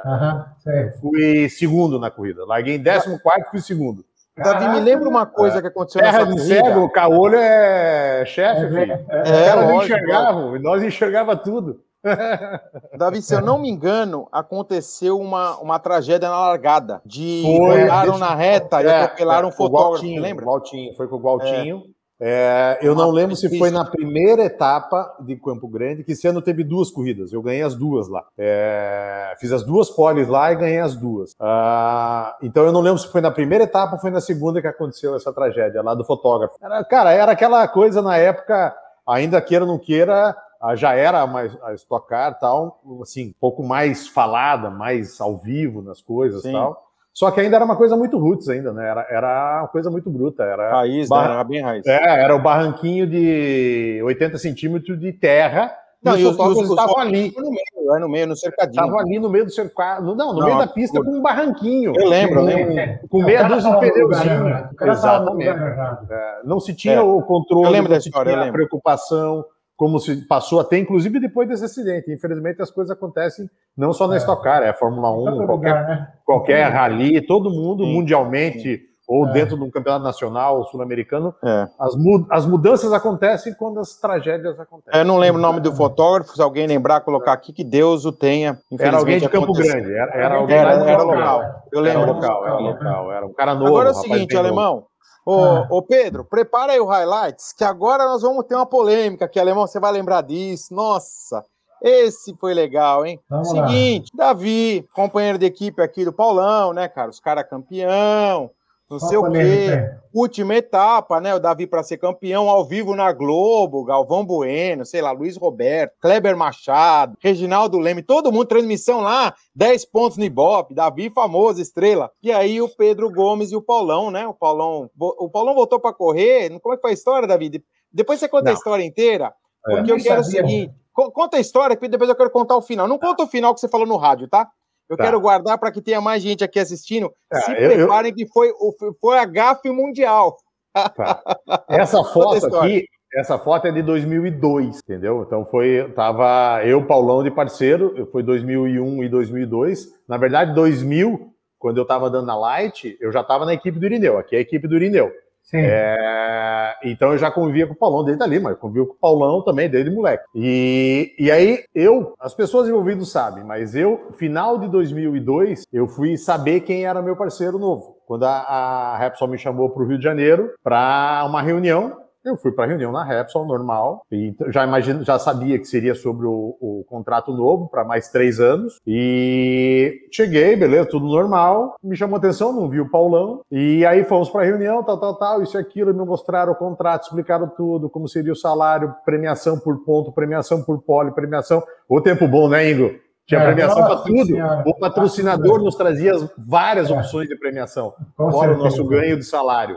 Fui segundo na corrida. Larguei em 14º, fui segundo. Davi, me lembra uma coisa que aconteceu nessa corrida. Terra de cego, o caolho é chefe, filho. Os caras não enxergavam, e nós enxergava tudo. Davi, se eu não me engano, aconteceu uma tragédia na largada. Botaram na reta e atropelaram um fotógrafo, lembra? Foi com o Gualtinho. Eu não lembro se foi na primeira etapa de Campo Grande, que esse ano teve 2 corridas. Eu ganhei as 2 lá. Fiz as 2 poles lá e ganhei as 2. Então eu não lembro se foi na primeira etapa ou foi na segunda que aconteceu essa tragédia lá do fotógrafo. Era aquela coisa na época, ainda queira ou não queira, já era a Stock Car, tal, assim, um pouco mais falada, mais ao vivo nas coisas e tal. Só que ainda era uma coisa muito roots ainda, né? Era uma coisa muito bruta. Era raiz, né? Era bem raiz. Era o barranquinho de 80 centímetros de terra Não, e os fotógrafos estavam ali. No meio, no cercadinho. Estavam ali no meio do cercado, no meio da pista com um barranquinho. Eu lembro. Com meia dúzia de pneuzinho. Exatamente. Não se tinha o controle, eu lembro não da história, se tinha a preocupação, como se passou até, inclusive, depois desse acidente. Infelizmente, as coisas acontecem não só na Stock Car, é a Fórmula 1, qualquer rally, todo mundo, mundialmente, ou dentro de um campeonato nacional, sul-americano, as mudanças acontecem quando as tragédias acontecem. Eu não lembro o nome do fotógrafo, se alguém lembrar, colocar aqui, que Deus o tenha. Era alguém de Campo Grande, era alguém local. Eu lembro. Era um cara novo. Agora é o seguinte, Alemão, ô Pedro, prepara aí o highlights, que agora nós vamos ter uma polêmica aqui, Alemão, você vai lembrar disso, nossa... Esse foi legal, hein? Seguinte, Davi, companheiro de equipe aqui do Paulão, né, cara? Os caras campeão, não sei o quê. Última etapa, né? O Davi para ser campeão ao vivo na Globo, Galvão Bueno, sei lá, Luiz Roberto, Kleber Machado, Reginaldo Leme, todo mundo, transmissão lá, 10 pontos no Ibope, Davi famoso, estrela. E aí o Pedro Gomes e o Paulão, né? O Paulão voltou para correr. Como é que foi a história, Davi? Depois você conta a história inteira, porque eu quero o seguinte... Conta a história, que depois eu quero contar o final. Não conta o final que você falou no rádio, tá? Eu quero guardar para que tenha mais gente aqui assistindo. Se preparem que foi a gafe mundial. Essa foto é de 2002, entendeu? Então tava eu, Paulão de parceiro, foi 2001 e 2002. Na verdade, 2000, quando eu estava dando na Light, eu já estava na equipe do Irineu. Aqui é a equipe do Irineu. Então eu já convivia com o Paulão desde ali, mas convivia com o Paulão também desde moleque. E aí as pessoas envolvidas sabem, mas final de 2002, eu fui saber quem era meu parceiro novo. Quando a Repsol me chamou para o Rio de Janeiro para uma reunião, eu fui para a reunião na Repsol, normal, e já sabia que seria sobre o contrato novo para mais 3 anos, e cheguei, beleza, tudo normal, me chamou a atenção, não vi o Paulão, e aí fomos para a reunião, tal, isso e aquilo, me mostraram o contrato, explicaram tudo, como seria o salário, premiação por ponto, premiação por pole, premiação, o tempo bom, né, Ingo? Tinha premiação para tudo. Senhora. O patrocinador nos trazia várias opções de premiação, fora o nosso ganho de salário.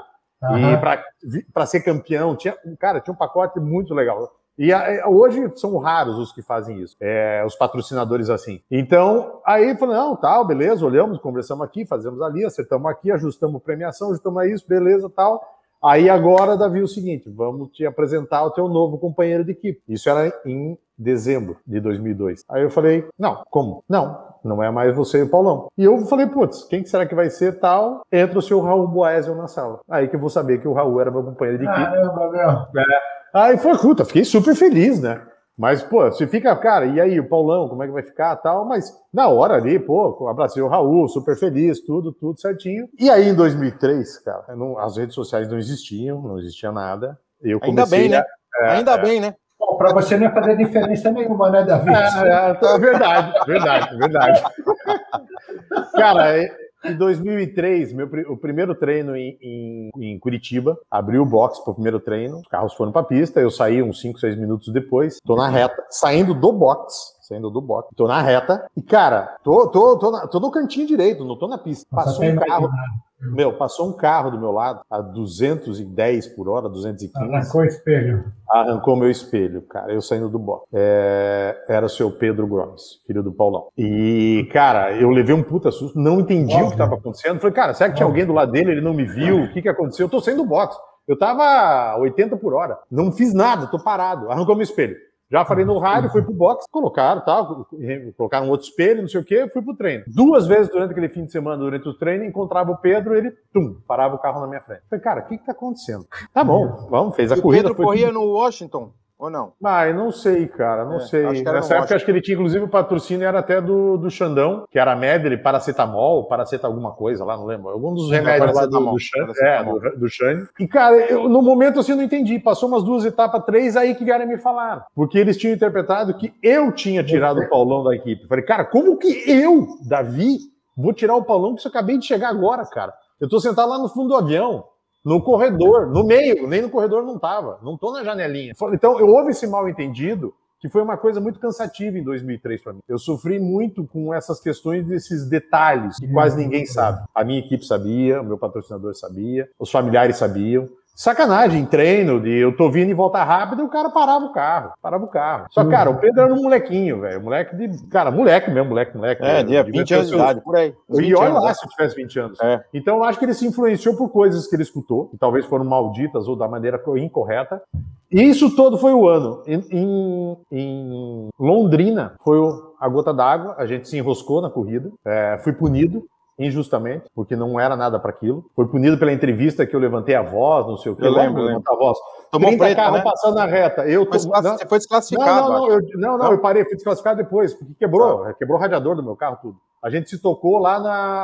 E para ser campeão, tinha um pacote muito legal. E hoje são raros os que fazem isso, os patrocinadores assim. Então, aí falei, não, beleza, olhamos, conversamos aqui, fazemos ali, acertamos aqui, ajustamos premiação, ajustamos isso, beleza, tal. Aí agora, Davi, o seguinte, vamos te apresentar o teu novo companheiro de equipe. Isso era em dezembro de 2002. Aí eu falei, não, como? Não é mais você e o Paulão. E eu falei, putz, quem será que vai ser tal? Entra o seu Raul Boésio na sala. Aí que eu vou saber que o Raul era meu companheiro de equipe. Caramba, meu. Aí foi, fiquei super feliz, né? Mas, pô, você fica, cara, e aí, o Paulão, como é que vai ficar tal? Mas na hora ali, pô, abracei o Raul, super feliz, tudo certinho. E aí, em 2003, cara, as redes sociais não existia nada. Eu comecei Ainda bem, né? Ainda bem, né? Bom, para você não ia fazer diferença nenhuma, né, Davi? Verdade. Cara, em 2003, o primeiro treino em Curitiba, abri o box para o primeiro treino, os carros foram para a pista, eu saí uns 5, 6 minutos depois, tô na reta, saindo do box, tô na reta, e cara, tô no cantinho direito, não tô na pista. Passou um carro do meu lado a 210 por hora, 215. Arrancou o espelho. Arrancou meu espelho, cara, eu saindo do box. Era o seu Pedro Gomes, filho do Paulão. E, cara, eu levei um puta susto, não entendi o que estava acontecendo. Falei, cara, será que tinha alguém do lado dele, ele não me viu? O que aconteceu? Eu tô saindo do box. Eu tava a 80 por hora. Não fiz nada, tô parado. Arrancou meu espelho. Já falei no rádio, fui pro box, colocaram um outro espelho, não sei o quê, fui pro treino. 2 vezes durante aquele fim de semana, durante o treino, encontrava o Pedro, ele, parava o carro na minha frente. Falei, cara, o que tá acontecendo? Tá bom, vamos, fez a corrida. O Pedro corria no Washington, ou não? Não sei, cara, não sei. Nessa época, acho que ele tinha, inclusive, o patrocínio era até do Xandão, que era Medley, paracetamol alguma coisa lá, não lembro. Algum dos remédios lá do Xande. E, cara, no momento, assim, eu não entendi. Passou umas 2 etapas, 3, aí que vieram me falar. Porque eles tinham interpretado que eu tinha tirado o Paulão da equipe. Falei, cara, como que eu, Davi, vou tirar o Paulão que eu acabei de chegar agora, cara? Eu tô sentado lá no fundo do avião. No corredor, no meio, nem no corredor não estava, não estou na janelinha. Então, houve esse mal entendido, que foi uma coisa muito cansativa em 2003 para mim. Eu sofri muito com essas questões desses detalhes que quase ninguém sabe. A minha equipe sabia, o meu patrocinador sabia, os familiares sabiam. sacanagem, em treino, de eu tô vindo e voltar rápido, e o cara parava o carro. Só, cara, o Pedro era um molequinho, velho. Moleque mesmo. Dia 20 anos de idade, por aí. E olha lá se eu tivesse 20 anos. Então, eu acho que ele se influenciou por coisas que ele escutou, que talvez foram malditas ou da maneira incorreta. E isso todo foi o ano. Em Londrina, foi a gota d'água, a gente se enroscou na corrida, fui punido injustamente, porque não era nada para aquilo. Foi punido pela entrevista que eu levantei a voz, não sei o que. Eu lembro. Levantar a voz. Tomou 30 preto, carros né? passando na reta. Você foi desclassificado. Eu parei, fui desclassificado depois, porque quebrou o radiador do meu carro, tudo. A gente se tocou lá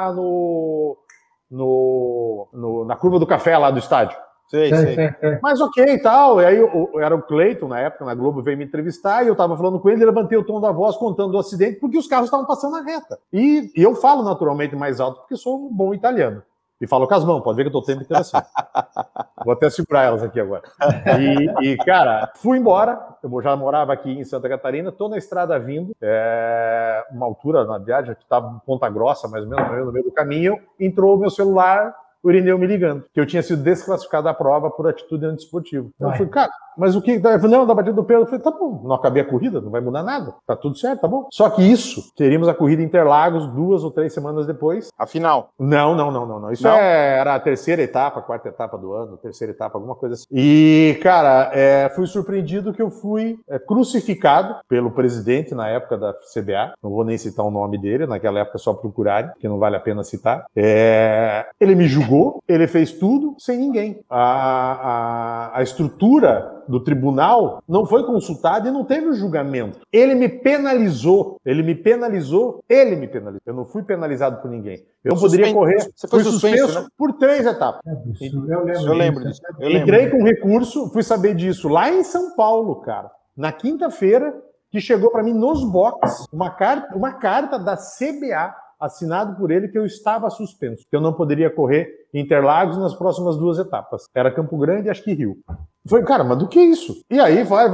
na curva do café lá do estádio. Sei. Mas ok e tal. E aí era o Cleiton, na época, na Globo, veio me entrevistar e eu tava falando com ele, levantei o tom da voz contando o acidente, porque os carros estavam passando na reta. E eu falo naturalmente mais alto, porque sou um bom italiano. E falo com as mãos, pode ver que eu tô o tempo inteiro assim. Vou até segurar elas aqui agora. Cara, fui embora. Eu já morava aqui em Santa Catarina, tô na estrada vindo, uma altura na viagem, que estava em Ponta Grossa, mais ou menos, no meio do caminho, entrou o meu celular, o Irineu me ligando, que eu tinha sido desclassificado da prova por atitude antiesportiva. Eu falei, cara, mas o que? Não, da batida do Pedro. Eu falei, tá bom, não acabei a corrida, não vai mudar nada, tá tudo certo, tá bom. Só que teríamos a corrida em Interlagos 2 ou 3 semanas depois. Afinal. Não. Isso era a terceira etapa, quarta etapa do ano, terceira etapa, alguma coisa assim. E, cara, fui surpreendido que eu fui crucificado pelo presidente na época da CBA, não vou nem citar o nome dele, naquela época só procurarem, que não vale a pena citar. Ele me julgou, ele fez tudo sem ninguém. A estrutura do tribunal não foi consultada e não teve o julgamento. Ele me penalizou. Eu não fui penalizado por ninguém. Eu não poderia correr. Você foi suspenso, né? Por 3 etapas. Eu lembro disso. Entrei com recurso, fui saber disso lá em São Paulo, cara. Na quinta-feira, que chegou para mim nos boxes uma carta da CBA assinado por ele que eu estava suspenso, que eu não poderia correr Interlagos nas próximas 2 etapas. Era Campo Grande e acho que Rio. Falei, cara, mas do que isso? E aí, vai.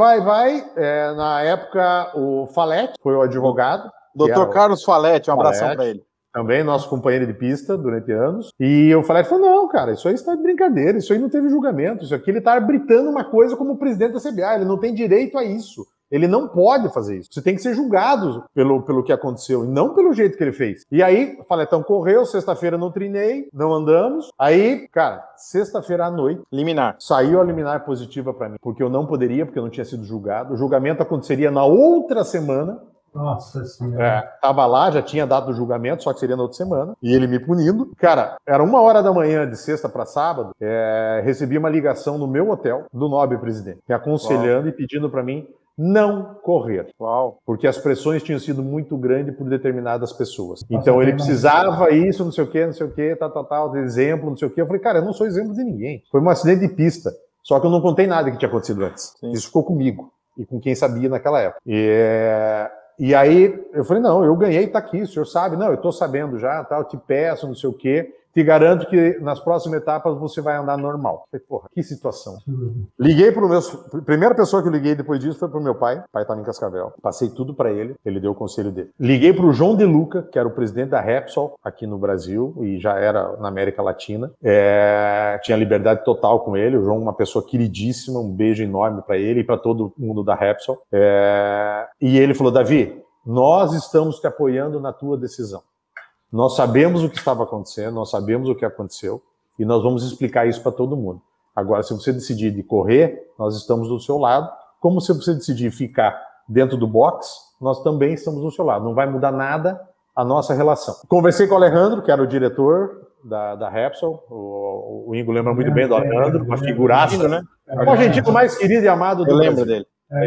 Na época, o Faletti foi o advogado. Doutor Carlos Faletti, um abração para ele. Também nosso companheiro de pista durante anos. E o Faletti falou, não, cara, isso aí está de brincadeira, isso aí não teve julgamento, isso aqui ele está arbitrando uma coisa como presidente da CBA, ele não tem direito a isso. Ele não pode fazer isso. Você tem que ser julgado pelo que aconteceu, e não pelo jeito que ele fez. E aí, o Faletão correu, sexta-feira não treinei, não andamos. Aí, cara, sexta-feira à noite, saiu a liminar positiva para mim, porque eu não poderia, porque eu não tinha sido julgado. O julgamento aconteceria na outra semana. Nossa Senhora. Tava lá, já tinha dado o julgamento, só que seria na outra semana. E ele me punindo. Cara, era 1h da manhã de sexta para sábado, recebi uma ligação no meu hotel do nobre presidente, me aconselhando e pedindo para mim não correr. Porque as pressões tinham sido muito grandes por determinadas pessoas. Então ele precisava isso, não sei o que, tal, de exemplo, não sei o que. Eu falei, cara, eu não sou exemplo de ninguém. Foi um acidente de pista. Só que eu não contei nada que tinha acontecido antes. Sim. Isso ficou comigo e com quem sabia naquela época. E aí eu falei, não, eu ganhei, tá aqui, o senhor sabe? Não, eu tô sabendo já, tal, te peço, não sei o quê. Te garanto que nas próximas etapas você vai andar normal. Eu falei, porra, que situação. Liguei pro meu... Primeira pessoa que eu liguei depois disso foi pro meu pai. O pai estava em Cascavel. Passei tudo para ele deu o conselho dele. Liguei pro João De Luca, que era o presidente da Repsol aqui no Brasil e já era na América Latina. Tinha liberdade total com ele. O João, uma pessoa queridíssima, um beijo enorme para ele e para todo mundo da Repsol. E ele falou, Davi, nós estamos te apoiando na tua decisão. Nós sabemos o que estava acontecendo, nós sabemos o que aconteceu e nós vamos explicar isso para todo mundo. Agora, se você decidir de correr, nós estamos do seu lado. Como se você decidir ficar dentro do box, nós também estamos do seu lado. Não vai mudar nada a nossa relação. Conversei com o Alejandro, que era o diretor da Repsol. O Ingo lembra muito bem do Alejandro, uma figuraça, né? O argentino mais querido e amado do Brasil. Eu lembro dele.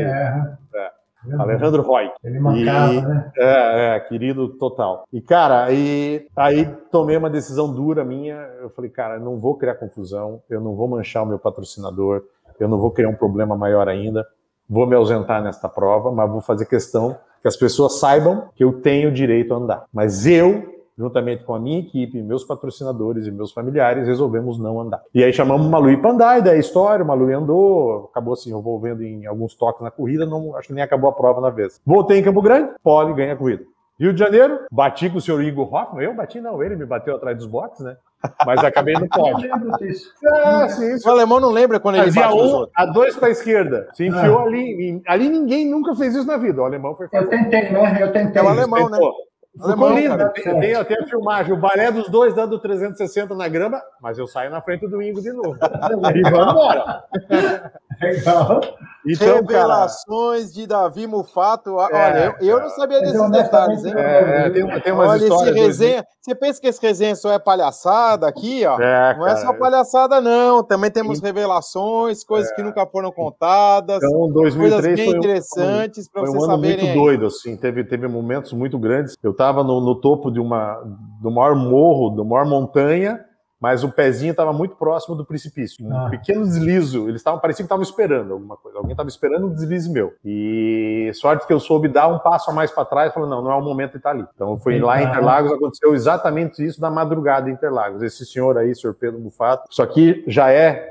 Alejandro Roy. Ele mancava, né? Querido total. E, cara, aí tomei uma decisão dura minha. Eu falei, cara, eu não vou criar confusão, eu não vou manchar o meu patrocinador, eu não vou criar um problema maior ainda, vou me ausentar nesta prova, mas vou fazer questão que as pessoas saibam que eu tenho direito a andar. Mas eu, juntamente com a minha equipe, meus patrocinadores e meus familiares, resolvemos não andar. E aí chamamos o Malui para andar, e daí a história, o Malui andou, acabou assim, envolvendo em alguns toques na corrida, não, acho que nem acabou a prova na vez. Voltei em Campo Grande, Pole ganha a corrida. Rio de Janeiro, bati com o senhor Igor Hoffman. Eu bati, não, ele me bateu atrás dos boxes, né? Mas acabei no pódio. Não lembro disso. Sim, O alemão não lembra quando ele fazia bate nos outros. a 2 para a esquerda. Se enfiou ali. Ali ninguém nunca fez isso na vida. O alemão foi fazer. Eu tentei, né? Eu tentei. É o alemão, né? Ficou lindo. cara. Tem até a filmagem. O balé dos dois dando 360 na grama, mas eu saio na frente do Ingo de novo. E vamos embora. Legal. Então, Revelações de Davi Mufato. Olha, eu não sabia desses detalhes, hein? Tem umas Olha, histórias. esse resenha. Você pensa que esse resenha só é palhaçada aqui, ó? Não é só cara. palhaçada, não. Também temos revelações, coisas que nunca foram contadas. Então, 2003 coisas bem foi interessantes para vocês um ano saberem. muito doido, assim. Teve momentos muito grandes. Eu estava no topo do maior morro, da maior montanha, mas o pezinho estava muito próximo do precipício. Um pequeno deslizo. Parecia que estavam esperando alguma coisa. Alguém estava esperando um deslize meu. E sorte que eu soube dar um passo a mais para trás e falei, não é o momento de estar ali. Então foi lá em Interlagos, aconteceu exatamente isso na madrugada em Interlagos. Esse senhor aí, senhor Pedro Mufato, isso aqui já é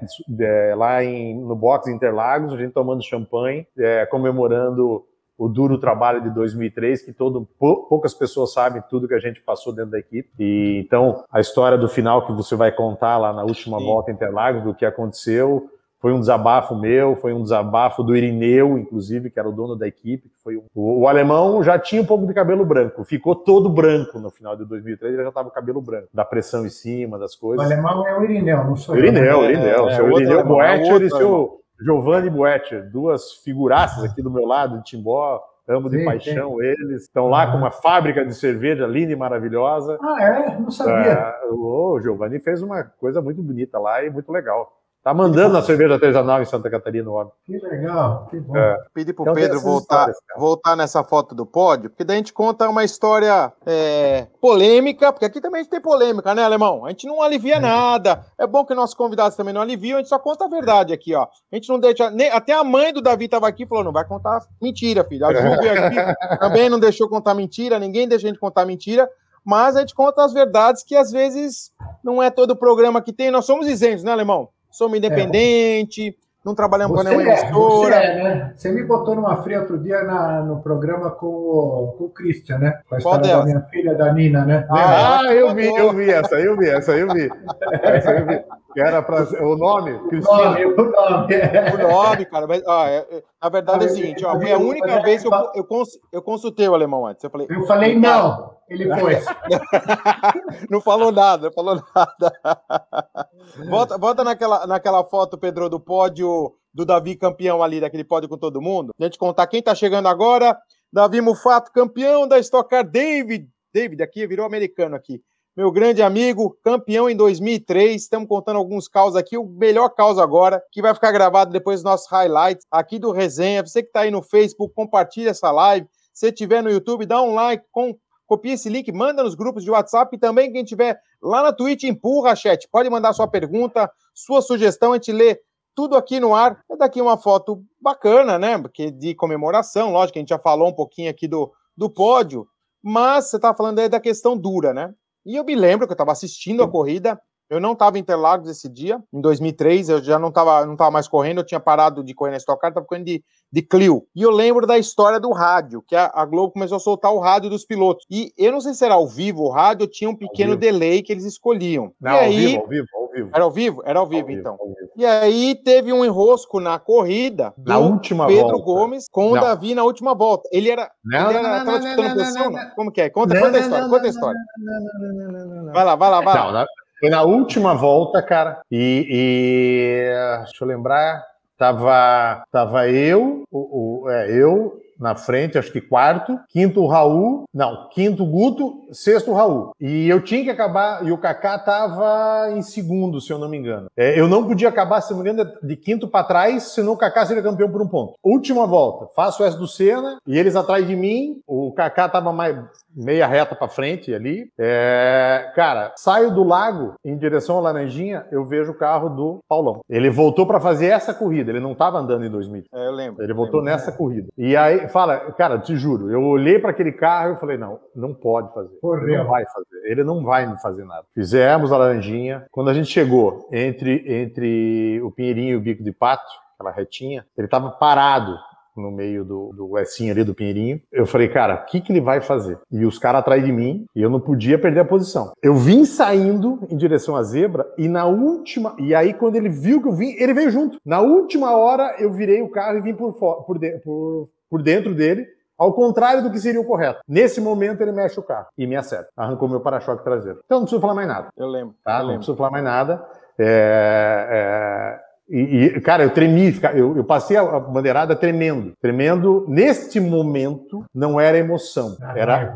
lá no box de Interlagos, a gente tomando champanhe, comemorando o duro trabalho de 2003, que poucas pessoas sabem tudo que a gente passou dentro da equipe. E então, a história do final que você vai contar lá na última volta em Interlagos, do que aconteceu, foi um desabafo meu, foi um desabafo do Irineu, inclusive, que era o dono da equipe. O alemão já tinha um pouco de cabelo branco, ficou todo branco no final de 2003, ele já estava com cabelo branco, da pressão em cima, das coisas. O alemão é o Irineu, não sou Irineu. eu. O Irineu Boetcher e seu Giovanni Boetcher, duas figuraças aqui do meu lado, de Timbó, amo de paixão eles. Estão lá com uma fábrica de cerveja linda e maravilhosa. Não sabia. O Giovanni fez uma coisa muito bonita lá e muito legal. Tá mandando a cerveja artesanal em Santa Catarina, óbvio. Que legal, que bom. Pedir pro Pedro voltar nessa foto do pódio, porque daí a gente conta uma história polêmica, porque aqui também a gente tem polêmica, né, Alemão? A gente não alivia nada. É bom que nossos convidados também não aliviam, a gente só conta a verdade aqui, ó. A gente não deixa... Até a mãe do Davi estava aqui e falou, não vai contar mentira, filho. A Ju veio aqui, também não deixou contar mentira, ninguém deixa a gente contar mentira, mas a gente conta as verdades que às vezes não é todo programa que tem. Nós somos isentos, né, Alemão? Somos independente, não trabalhamos com nenhuma emissora. Né? Você me botou numa fria outro dia no programa com o Christian, né? Com a Qual história da minha filha, da Nina, né? Eu vi essa. Que era para o nome? Cristina. O nome, cara. Mas, na verdade é o seguinte, foi a única vez que eu consultei o alemão antes. Eu falei não, ele pôs. Não falou nada. Volta naquela foto, Pedro, do pódio do Davi campeão ali, daquele pódio com todo mundo. A gente contar quem tá chegando agora. Davi Mufato, campeão da Stock Car. David aqui, virou americano aqui. Meu grande amigo, campeão em 2003. Estamos contando alguns causos aqui. O melhor causa agora, que vai ficar gravado depois dos nossos highlights aqui do Resenha. Você que está aí no Facebook, compartilha essa live. Se estiver no YouTube, dá um like, copia esse link, manda nos grupos de WhatsApp. E também quem estiver lá na Twitch, empurra, chat. Pode mandar sua pergunta, sua sugestão. A gente lê tudo aqui no ar. É daqui uma foto bacana, né? Porque de comemoração. Lógico que a gente já falou um pouquinho aqui do pódio. Mas você está falando aí da questão dura, né? E eu me lembro que eu estava assistindo a corrida, eu não estava em Interlagos esse dia, em 2003, eu já não estava mais correndo, eu tinha parado de correr na Stock Car, estava correndo de Clio. E eu lembro da história do rádio, que a Globo começou a soltar o rádio dos pilotos. E eu não sei se era ao vivo o rádio, ou tinha um pequeno delay que eles escolhiam. Não, e aí, ao vivo. Era ao vivo? Era ao vivo, então. E aí teve um enrosco na corrida do Pedro Gomes com o Davi na última volta. Ele estava disputando posição, não? Como que é? Conta a história. Vai lá. Foi na última volta, cara, e deixa eu lembrar, tava eu na frente, acho que quarto, quinto Guto, sexto Raul. E eu tinha que acabar, e o Kaká tava em segundo, se eu não me engano. Eu não podia acabar, se não me engano, de quinto para trás, senão o Kaká seria campeão por um ponto. Última volta, faço essa do Senna, e eles atrás de mim, o Kaká tava mais meia reta para frente ali. Cara, saio do lago em direção ao Laranjinha, eu vejo o carro do Paulão. Ele voltou para fazer essa corrida, ele não tava andando em 2000. Eu lembro. Ele voltou nessa corrida. E aí, cara, te juro, eu olhei para aquele carro e falei, não pode fazer. Ele não vai fazer. Ele não vai me fazer nada. Fizemos a Laranjinha. Quando a gente chegou entre o Pinheirinho e o Bico de Pato, aquela retinha, ele estava parado no meio do Lecinho ali, do Pinheirinho. Eu falei, cara, o que ele vai fazer? E os caras atrás de mim, e eu não podia perder a posição. Eu vim saindo em direção à zebra, e na última... E aí, quando ele viu que eu vim, ele veio junto. Na última hora, eu virei o carro e vim por dentro dele, ao contrário do que seria o correto. Nesse momento, ele mexe o carro e me acerta. Arrancou meu para-choque traseiro. Então, não preciso falar mais nada. Eu lembro. Tá? Não preciso falar mais nada. Cara, eu tremi, eu passei a bandeirada tremendo. Neste momento, não era emoção, era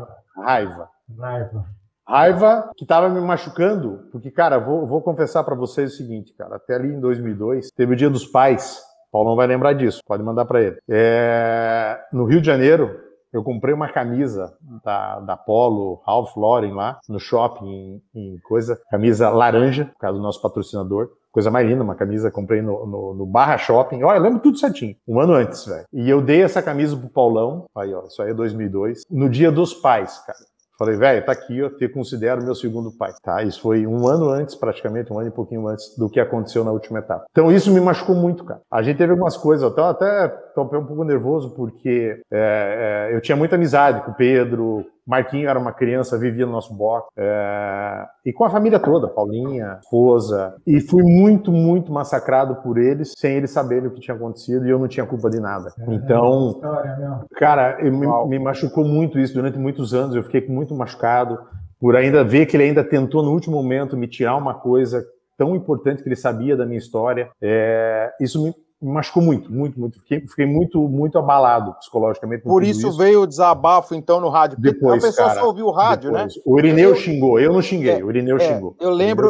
raiva que estava me machucando, porque, cara, vou confessar para vocês o seguinte, cara, até ali em 2002, teve o Dia dos Pais, o Paulão vai lembrar disso, pode mandar para ele. No Rio de Janeiro, eu comprei uma camisa da Polo, Ralph Lauren lá, no shopping, camisa laranja, por causa do nosso patrocinador. Coisa mais linda, uma camisa comprei no Barra Shopping. Olha, eu lembro tudo certinho. Um ano antes, velho. E eu dei essa camisa pro Paulão. Aí, ó, isso aí é 2002. No Dia dos Pais, cara. Falei, velho, tá aqui, eu te considero meu segundo pai. Tá? Isso foi um ano antes, praticamente, um ano e pouquinho antes do que aconteceu na última etapa. Então isso me machucou muito, cara. A gente teve algumas coisas, eu até tô um pouco nervoso, porque eu tinha muita amizade com o Pedro, Marquinho era uma criança, vivia no nosso box, e com a família toda, Paulinha, esposa, e fui muito, muito massacrado por eles, sem eles saberem o que tinha acontecido, e eu não tinha culpa de nada. Então, cara, me machucou muito isso, durante muitos anos eu fiquei muito machucado, por ainda ver que ele ainda tentou no último momento me tirar uma coisa tão importante que ele sabia da minha história. Isso me machucou muito. Fiquei muito, muito abalado psicologicamente. Por isso veio o desabafo, então, no rádio. Depois, a pessoa só ouviu o rádio, depois, né? O Irineu xingou, eu não xinguei, o Irineu xingou. Eu lembro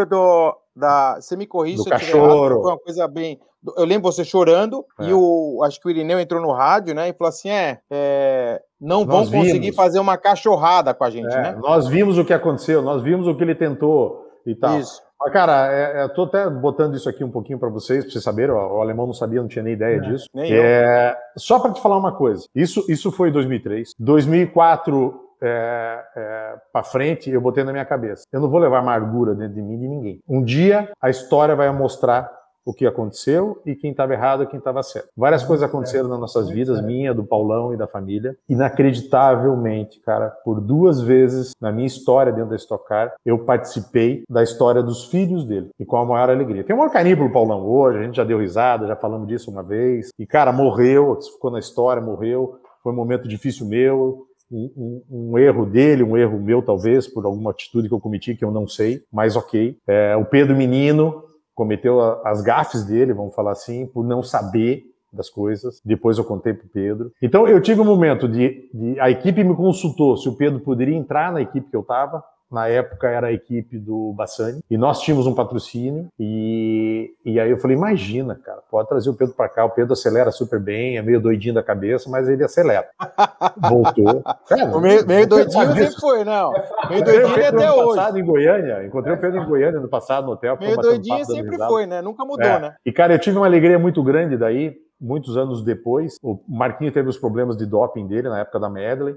você me corrige se eu estiver errado, foi uma coisa bem... Eu lembro você chorando, e acho que o Irineu entrou no rádio, né, e falou assim, não vão conseguir fazer uma cachorrada com a gente, né? Nós vimos o que aconteceu, nós vimos o que ele tentou e tal. Isso. Mas, cara, eu tô até botando isso aqui um pouquinho para vocês saberem, o alemão não sabia, não tinha nem ideia disso. Nem eu. Só para te falar uma coisa, isso foi em 2003. 2004 para frente, eu botei na minha cabeça, eu não vou levar amargura dentro de mim de ninguém. Um dia a história vai mostrar o que aconteceu e quem estava errado e quem estava certo. Várias coisas aconteceram nas nossas vidas, minha, do Paulão e da família. Inacreditavelmente, cara, por 2 vezes na minha história dentro da Stock Car, eu participei da história dos filhos dele. E com a maior alegria. Tem um maior carinho pro Paulão hoje, a gente já deu risada, já falamos disso uma vez. E, cara, morreu, ficou na história, morreu. Foi um momento difícil meu. Um erro dele, um erro meu, talvez, por alguma atitude que eu cometi que eu não sei, mas ok. O Pedro Menino cometeu as gafes dele, vamos falar assim, por não saber das coisas. Depois eu contei pro Pedro. Então eu tive um momento a equipe me consultou se o Pedro poderia entrar na equipe que eu estava. Na época era a equipe do Bassani, e nós tínhamos um patrocínio, e aí eu falei, imagina, cara, pode trazer o Pedro para cá, o Pedro acelera super bem, é meio doidinho da cabeça, mas ele acelera. Voltou. Meio doidinho sempre foi, não. Meio doidinho até hoje. Encontrei o Pedro em Goiânia no passado, no hotel. Meio doidinho sempre foi, né? Nunca mudou, né? E, cara, eu tive uma alegria muito grande daí, muitos anos depois. O Marquinho teve os problemas de doping dele na época da Medley,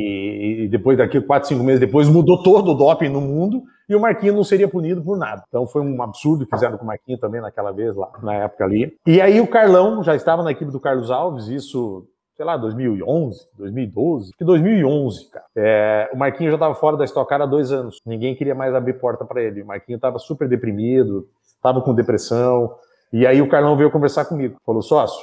e depois daqui 4, 5 meses depois mudou todo o doping no mundo, e o Marquinho não seria punido por nada. Então foi um absurdo que fizeram com o Marquinho também naquela vez lá, na época ali. E aí o Carlão já estava na equipe do Carlos Alves, isso, sei lá, 2011, 2012, que 2011, cara. O Marquinho já estava fora da Stock Car há 2 anos. Ninguém queria mais abrir porta para ele. O Marquinho estava super deprimido, estava com depressão. E aí o Carlão veio conversar comigo. Falou, sócio,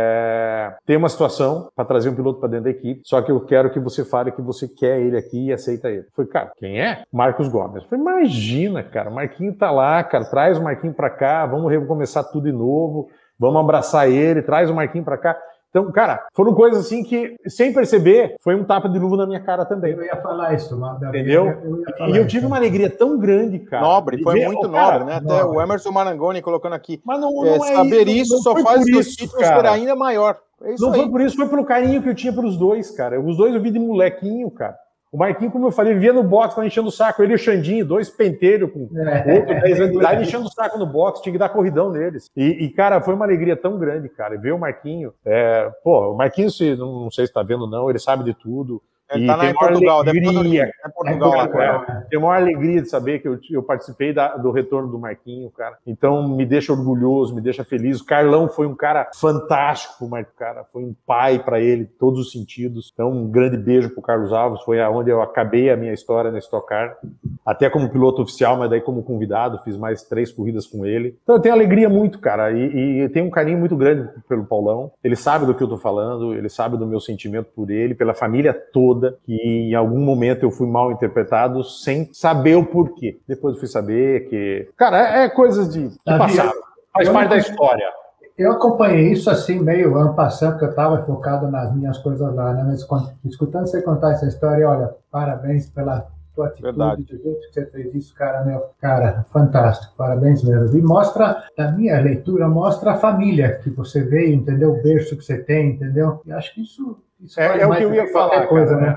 tem uma situação para trazer um piloto para dentro da equipe, só que eu quero que você fale que você quer ele aqui e aceita ele. Eu falei, cara, quem é? Marcos Gomes. Eu falei, imagina, cara, o Marquinho tá lá, cara, traz o Marquinho para cá, vamos recomeçar tudo de novo, vamos abraçar ele, traz o Marquinho para cá. Então, cara, foram coisas assim que, sem perceber, foi um tapa de luva na minha cara também. Eu ia falar isso, entendeu? E eu tive uma alegria tão grande, cara. Nobre, foi muito nobre, né? Até o Emerson Marangoni colocando aqui. Mas não é saber isso só faz os títulos ser ainda maior. Não foi por isso, foi pelo carinho que eu tinha pelos dois, cara. Os dois eu vi de molequinho, cara. O Marquinho, como eu falei, vivia no box, tava enchendo o saco. Ele e o Xandinho, 2 penteiros com outro 10 anos de idade, enchendo o saco no box, tinha que dar corridão neles. E, cara, foi uma alegria tão grande, cara. Ver o Marquinho. O Marquinho, não sei se tá vendo ou não, ele sabe de tudo. Ele tá em Portugal, alegria, Portugal agora. Tenho a maior alegria de saber que eu participei do retorno do Marquinho, cara. Então me deixa orgulhoso, me deixa feliz. O Carlão foi um cara fantástico, Marco, cara. Foi um pai para ele, em todos os sentidos. Então um grande beijo pro Carlos Alves. Foi aonde eu acabei a minha história na Stock Car. Até como piloto oficial, mas daí como convidado, fiz mais 3 corridas com ele. Então eu tenho alegria muito, cara. E tenho um carinho muito grande pelo Paulão. Ele sabe do que eu tô falando, ele sabe do meu sentimento por ele, pela família toda, que em algum momento eu fui mal interpretado sem saber o porquê. Depois eu fui saber que... Cara, coisas de passado. Faz parte da história. Eu acompanhei isso assim, meio ano passando, que eu estava focado nas minhas coisas lá, né? Mas escutando você contar essa história, olha, parabéns pela tua atitude, do jeito que você fez isso, cara, fantástico, parabéns mesmo. E mostra, na minha leitura, mostra a família que você veio, entendeu? O berço que você tem, entendeu? E acho que isso é o que eu ia falar, coisa, cara, né?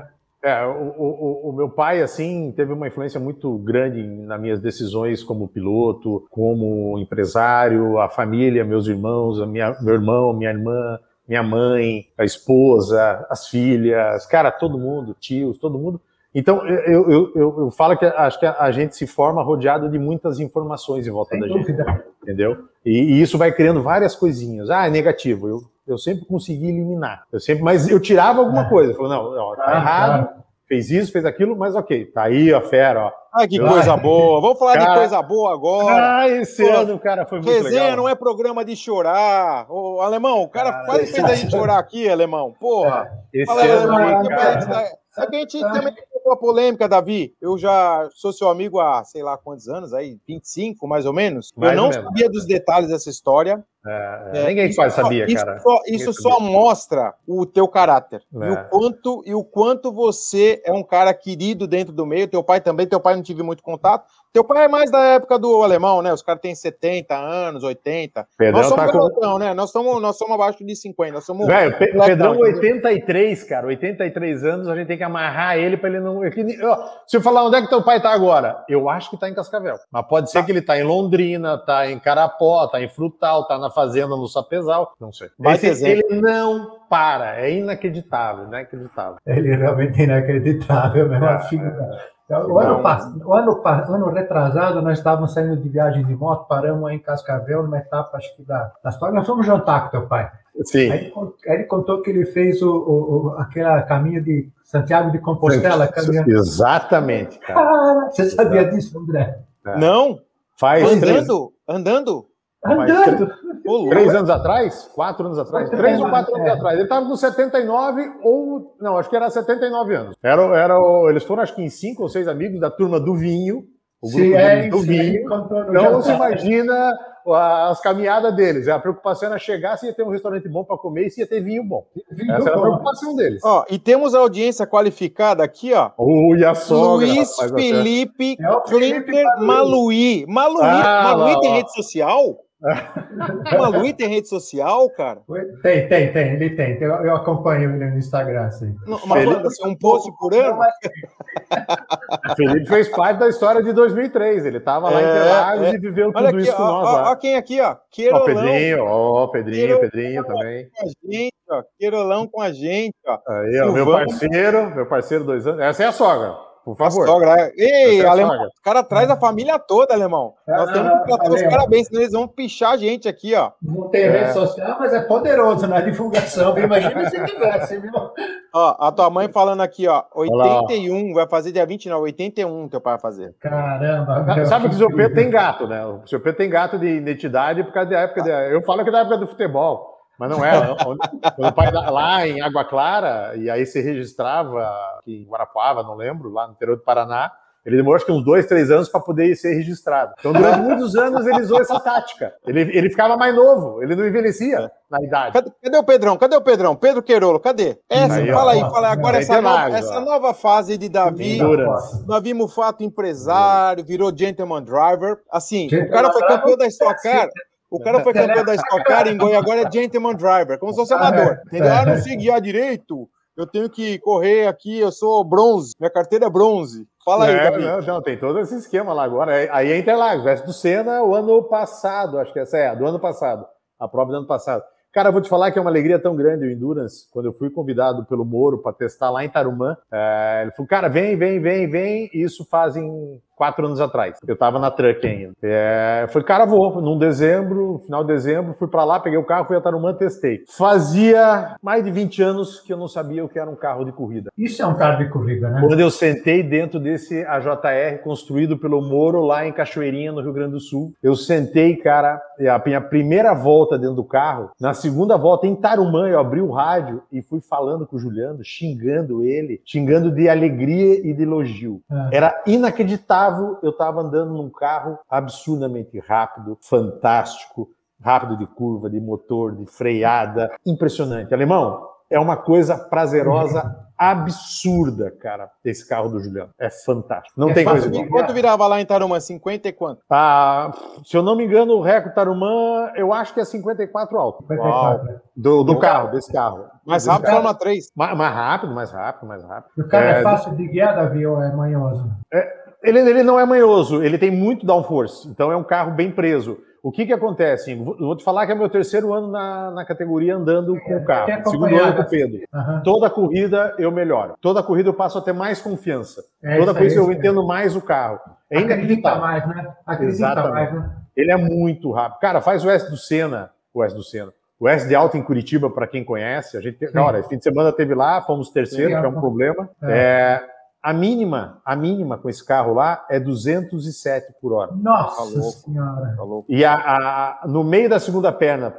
O meu pai, assim, teve uma influência muito grande nas minhas decisões como piloto, como empresário, a família, meus irmãos, meu irmão, minha irmã, minha mãe, a esposa, as filhas, cara, todo mundo, tios, todo mundo. Então, eu falo que acho que a gente se forma rodeado de muitas informações em volta da gente, entendeu? E isso vai criando várias coisinhas. É negativo. Eu sempre consegui eliminar. Mas eu tirava alguma coisa. Falei, não, tá errado, fez isso, fez aquilo, mas ok, tá aí a fera, ó. Ah, que coisa boa. Vamos falar de coisa boa agora. Esse ano, cara, foi muito legal. Resenha não é programa de chorar. Ô, Alemão, o cara quase fez a gente chorar aqui, Alemão. Porra. Esse ano, é que a gente também tem uma polêmica, Davi. Eu já sou seu amigo há, sei lá quantos anos, aí 25, mais ou menos. Eu não sabia dos detalhes dessa história. Ninguém quase sabia, cara. Isso só mostra o teu caráter. E o quanto você é um cara querido dentro do meio. Teu pai também, teu pai não tive muito contato. Teu pai é mais da época do Alemão, né? Os caras têm 70 anos, 80. Pedrão nós somos tá garotão, né? Nós somos abaixo de 50. Nós somos Pedrão, 83, cara. 83 anos, a gente tem que amarrar ele pra ele não... Se eu falar onde é que teu pai tá agora, eu acho que tá em Cascavel. Mas pode ser que ele tá em Londrina, tá em Carapó, tá em Frutal, tá na fazenda no Sapezal. Não sei. Ele não para. É inacreditável, inacreditável. Ele realmente é inacreditável, meu filho. O ano retrasado, nós estávamos saindo de viagem de moto, paramos em Cascavel, numa etapa, acho que da história. Nós fomos jantar com teu pai. Sim. Aí ele contou que ele fez aquele caminho de Santiago de Compostela. Exatamente, cara. Você sabia disso, André? Não. Andando? 3 anos atrás? 4 anos atrás? 3 ou 4 anos atrás. Ele estava com 79 ou... Não, acho que era 79 anos. Eles foram, acho que em 5 ou 6 amigos da turma do vinho. O grupo do vinho. Então você imagina as caminhadas deles. A preocupação era chegar se ia ter um restaurante bom para comer e se ia ter vinho bom. Essa era a preocupação deles. Ó, e temos a audiência qualificada aqui, ó. E a sogra, Luiz Felipe Klinker Maluí. Maluí tem rede social? O Maluí tem rede social, cara? Tem, ele tem. Eu acompanho ele no Instagram, assim. Mas um post por ano? O Felipe fez parte da história de 2003. Ele estava lá em Interlagos e viveu tudo aqui, isso com nós lá. Ó quem aqui, ó. Pedrinho também. Queirolão com a gente, ó. Aí, ó, meu parceiro 2 anos. Essa é a sogra. Por favor. Sogra. Ei, Alemão, o cara traz a família toda, Alemão. Nós temos que tratar os parabéns, senão eles vão pichar a gente aqui, ó. Não tem rede social, mas é poderoso na divulgação. Imagina se tivesse, viu? Ó, a tua mãe falando aqui, ó, 81, vai fazer dia 29, 81 teu pai vai fazer. Caramba. Sabe que o seu Pedro tem gato, né? O seu Pedro tem gato de identidade por causa da época... Eu falo que é da época do futebol. Mas não é. Meu pai lá em Água Clara, e aí se registrava em Guarapuava, não lembro, lá no interior do Paraná, ele demorou acho que uns 2, 3 anos para poder ser registrado. Então, durante muitos anos, ele usou essa tática. Ele ficava mais novo, ele não envelhecia na idade. Cadê o Pedrão? Pedro Queirolo, cadê? Fala aí. Agora essa nova fase de Davi. Davi Mufato, empresário, virou gentleman driver. Assim, o cara foi campeão da Stock Car. O cara foi campeão da Stock Car em Goiás, agora é gentleman driver, como se fosse amador. Entendeu? Não sei guiar direito, eu tenho que correr aqui, eu sou bronze, minha carteira é bronze. Fala aí, Davi. Não, tem todo esse esquema lá agora. Aí é Interlagos, Veste do Senna, o ano passado, acho que essa é, do ano passado, a prova do ano passado. Cara, eu vou te falar que é uma alegria tão grande o Endurance. Quando eu fui convidado pelo Moro para testar lá em Tarumã, ele falou, cara, vem. E isso fazem 4 anos atrás. Eu tava na truck ainda. Eu falei, cara, vou. Final de dezembro, fui para lá, peguei o carro, fui a Tarumã, testei. Fazia mais de 20 anos que eu não sabia o que era um carro de corrida. Isso é um carro de corrida, né? Quando eu sentei dentro desse AJR construído pelo Moro lá em Cachoeirinha, no Rio Grande do Sul, eu sentei, cara, a minha primeira volta dentro do carro, na segunda volta em Tarumã, eu abri o rádio e fui falando com o Juliano, xingando de alegria e de elogio. Era inacreditável, eu estava andando num carro absurdamente rápido, fantástico, rápido de curva, de motor, de freada, impressionante. Alemão, é uma coisa prazerosa, absurda, cara, esse carro do Juliano. É fantástico. Não tem coisa igual. Quanto virava lá em Tarumã? 50 e quanto? Se eu não me engano, o recorde Tarumã, eu acho que é 54 alto. 54. Do carro, desse carro. Mais rápido, Fórmula 3. Mais rápido. O carro é fácil de guiar, Davi, ou é manhoso? Ele não é manhoso, ele tem muito downforce, então é um carro bem preso. O que acontece? Vou te falar que é meu 3º ano na categoria andando com o carro. 2º ano com o Pedro. Toda corrida eu melhoro. Toda corrida eu passo a ter mais confiança. Toda vez eu entendo mais o carro. Acredita mais, né? Acredita mais, né? Ele é muito rápido. Cara, faz o S do Senna. O S de Alta em Curitiba, para quem conhece. A gente, olha, esse fim de semana teve lá, fomos terceiro, que é um problema. A mínima com esse carro lá é 207 por hora. Nossa Senhora! E no meio da segunda perna,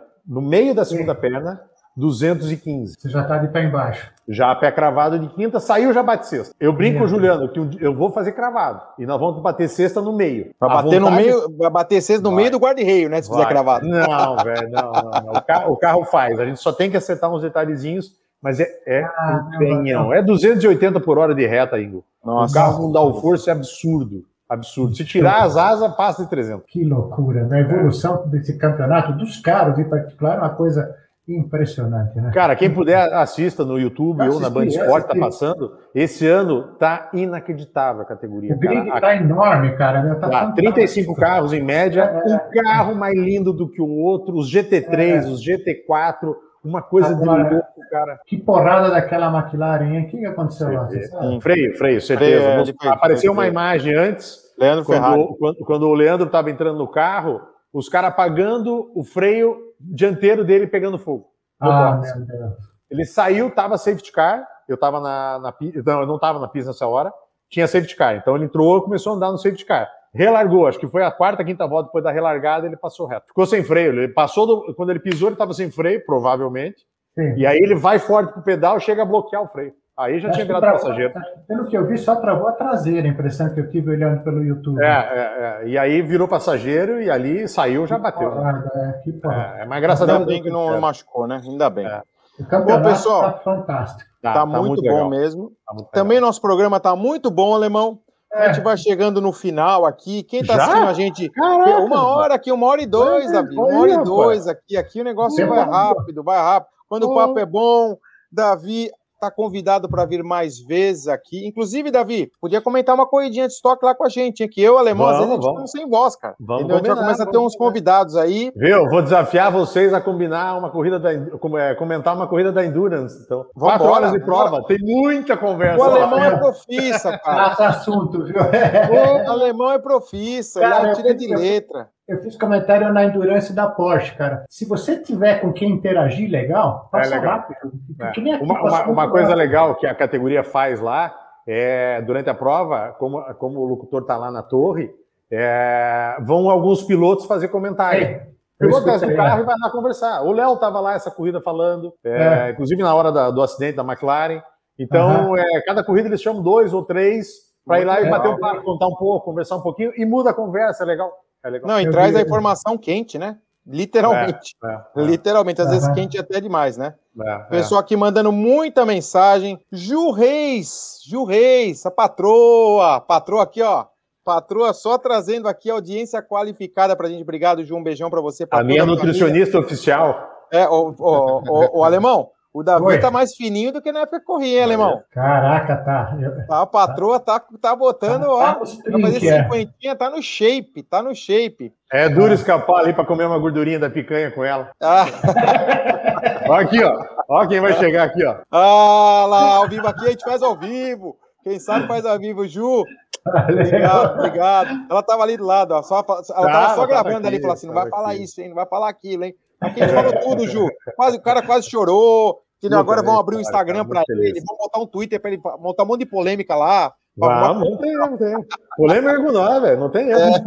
215. Você já está de pé embaixo. Já pé cravado de quinta, saiu, já bate sexta. Eu brinco com o Juliano que eu vou fazer cravado. E nós vamos bater sexta no meio. Vai bater sexta no meio do guarda-reio, né? Se fizer cravado. Não, velho, não. O carro faz. A gente só tem que acertar uns detalhezinhos. Mas é um canhão. É 280 por hora de reta, Ingo. Nossa. O carro com downforce é absurdo. Se tirar as asas, passa de 300. Que loucura, né? A evolução desse campeonato, dos carros em particular, é uma coisa impressionante, né? Cara, quem puder, assista no YouTube ou na Band Esporte, tá passando. Esse ano tá inacreditável a categoria. O grid tá enorme, cara. Né? Tá 35 carros em média, um carro mais lindo do que o outro, os GT3, os GT4... Uma coisa de louco, cara. Que porrada daquela McLaren, hein? O que aconteceu lá? Freio, certeza. Apareceu uma imagem antes, quando o Leandro estava entrando no carro, os caras apagando o freio dianteiro dele pegando fogo. Meu Deus. Ele saiu, estava safety car, eu estava eu não estava na pista nessa hora, tinha safety car. Então ele entrou e começou a andar no safety car. Relargou, acho que foi a 4ª, 5ª volta depois da relargada, ele passou reto. Ficou sem freio, ele passou, quando ele pisou, ele estava sem freio, provavelmente. Sim. E aí ele vai forte pro pedal, chega a bloquear o freio. Aí já tinha virado passageiro. Pelo que eu vi, só travou a traseira, a impressão que eu tive olhando pelo YouTube. E aí virou passageiro e ali saiu, já bateu. Mas graças a Deus... Ainda bem que não machucou, né? Ainda bem. O campeonato está fantástico. Tá muito bom mesmo. Também nosso programa tá muito bom, Alemão. A gente vai chegando no final aqui. Quem tá assistindo a gente... Caraca, 1h02, Davi. 1h02 aqui. Aqui o negócio vai rápido. Quando o papo é bom, Davi tá convidado para vir mais vezes aqui. Inclusive, Davi, podia comentar uma corridinha de estoque lá com a gente, hein? Que eu, Alemão, às vezes a gente estamos sem voz, cara. A gente vai começar a ter uns convidados aí. Viu? Vou desafiar vocês a combinar uma corrida comentar uma corrida da Endurance. Então, 4 horas de prova. Tem muita conversa. O Alemão é profissa, cara. Esse assunto, viu? O Alemão é profissa. Ele tira de letra. Eu fiz comentário na Endurance da Porsche, cara. Se você tiver com quem interagir legal, passa rápido. Uma coisa legal que a categoria faz lá, durante a prova, como o locutor está lá na torre, vão alguns pilotos fazer comentário. O piloto desce do carro e vai lá conversar. O Léo estava lá essa corrida falando, inclusive na hora do acidente da McLaren. Então, cada corrida eles chamam 2 ou 3 para ir lá e bater um papo, contar um pouco, conversar um pouquinho, e muda a conversa, é legal. Não, e traz a informação quente, né? Literalmente. Literalmente, às vezes quente até demais, né? Pessoal aqui mandando muita mensagem. Ju Reis, a patroa aqui, ó. Patroa só trazendo aqui audiência qualificada pra gente. Obrigado, Ju, um beijão pra você. A minha nutricionista oficial. O Alemão, O Davi Oi. tá mais fininho do que na época que corria, hein, alemão? Caraca, tá. A patroa tá botando, Tá ó. nos Pra fazer 30, cinquentinha, tá no shape, tá no shape. É duro escapar ali para comer uma gordurinha da picanha com ela. Ah, Olha aqui, ó. Olha quem vai chegar aqui, ó. lá, ao vivo aqui, a gente faz ao vivo. Quem sabe faz ao vivo, Ju. Obrigado. Ela tava ali do lado, ó. Ela tava só gravando ali, falou assim: não vai falar isso, hein? Não vai falar aquilo, hein? Aqui a gente falou tudo, Ju. O cara quase chorou. Agora vão abrir o Instagram para ele, vão botar um Twitter para ele montar um monte de polêmica lá. Vamos, não tem. Polêmica com nós, velho. Não tem erro.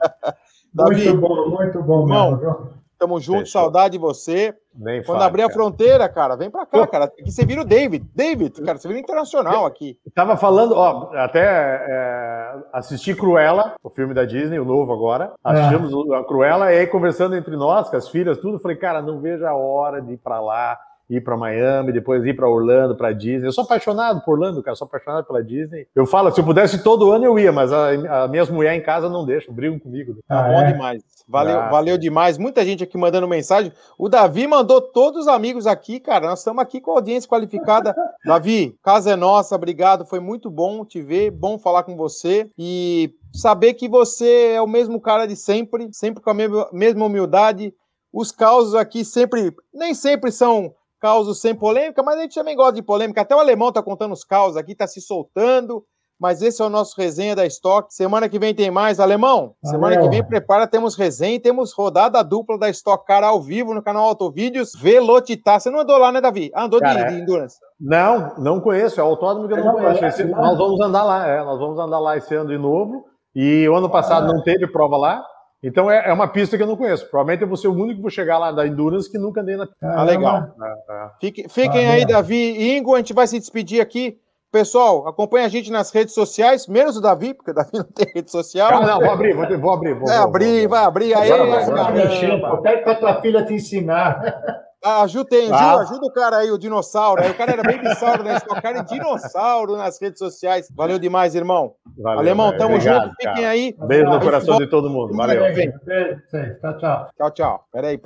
Muito bom, irmão. Tamo junto, saudade de você. Nem Quando abrir a fronteira, cara, vem pra cá, cara. Aqui você vira o David. Cara, você vira internacional aqui. Tava falando, ó, até assisti Cruella, o filme da Disney, o novo agora. Assistimos a Cruella e aí conversando entre nós, com as filhas, tudo. Falei, cara, não vejo a hora de ir pra lá, ir para Miami, depois ir para Orlando, para Disney. Eu sou apaixonado por Orlando, cara, sou apaixonado pela Disney. Eu falo, se eu pudesse todo ano eu ia, mas a minha mulher em casa não deixa, brigam comigo. Tá bom demais. Valeu demais. Muita gente aqui mandando mensagem. O Davi mandou todos os amigos aqui, cara. Nós estamos aqui com a audiência qualificada. Davi, casa é nossa, obrigado. Foi muito bom te ver, bom falar com você e saber que você é o mesmo cara de sempre com a mesma humildade. Os causos aqui nem sempre são causos sem polêmica, mas a gente também gosta de polêmica. Até o alemão tá contando os causos aqui, tá se soltando, mas esse é o nosso resenha da Stock. Semana que vem tem mais, alemão. Semana que vem prepara, temos resenha, temos rodada dupla da Stock Car ao vivo no canal Autovídeos, Velocitar. Você não andou lá, né, Davi? Andou de Endurance? Não conheço, é o autódromo que eu não conheço. Nós vamos andar lá, nós vamos andar lá esse ano de novo, e o ano passado não teve prova lá. Então é uma pista que eu não conheço. Provavelmente eu vou ser o único que vou chegar lá da Endurance que nunca andei na pista. Legal. Fiquem aí, Davi e Ingo, a gente vai se despedir aqui. Pessoal, acompanha a gente nas redes sociais, menos o Davi, porque o Davi não tem rede social. Vou abrir. Vai abrir. Aí, pede pra tua filha te ensinar. Ajuda o cara aí, o dinossauro. Aí o cara era Babysauro na Stock Car e dinossauro nas redes sociais. Valeu demais, irmão. Valeu, alemão, tamo junto. Fiquem aí. Beijo no coração de todo mundo. Valeu. Beijo. Tchau. Tchau. Peraí.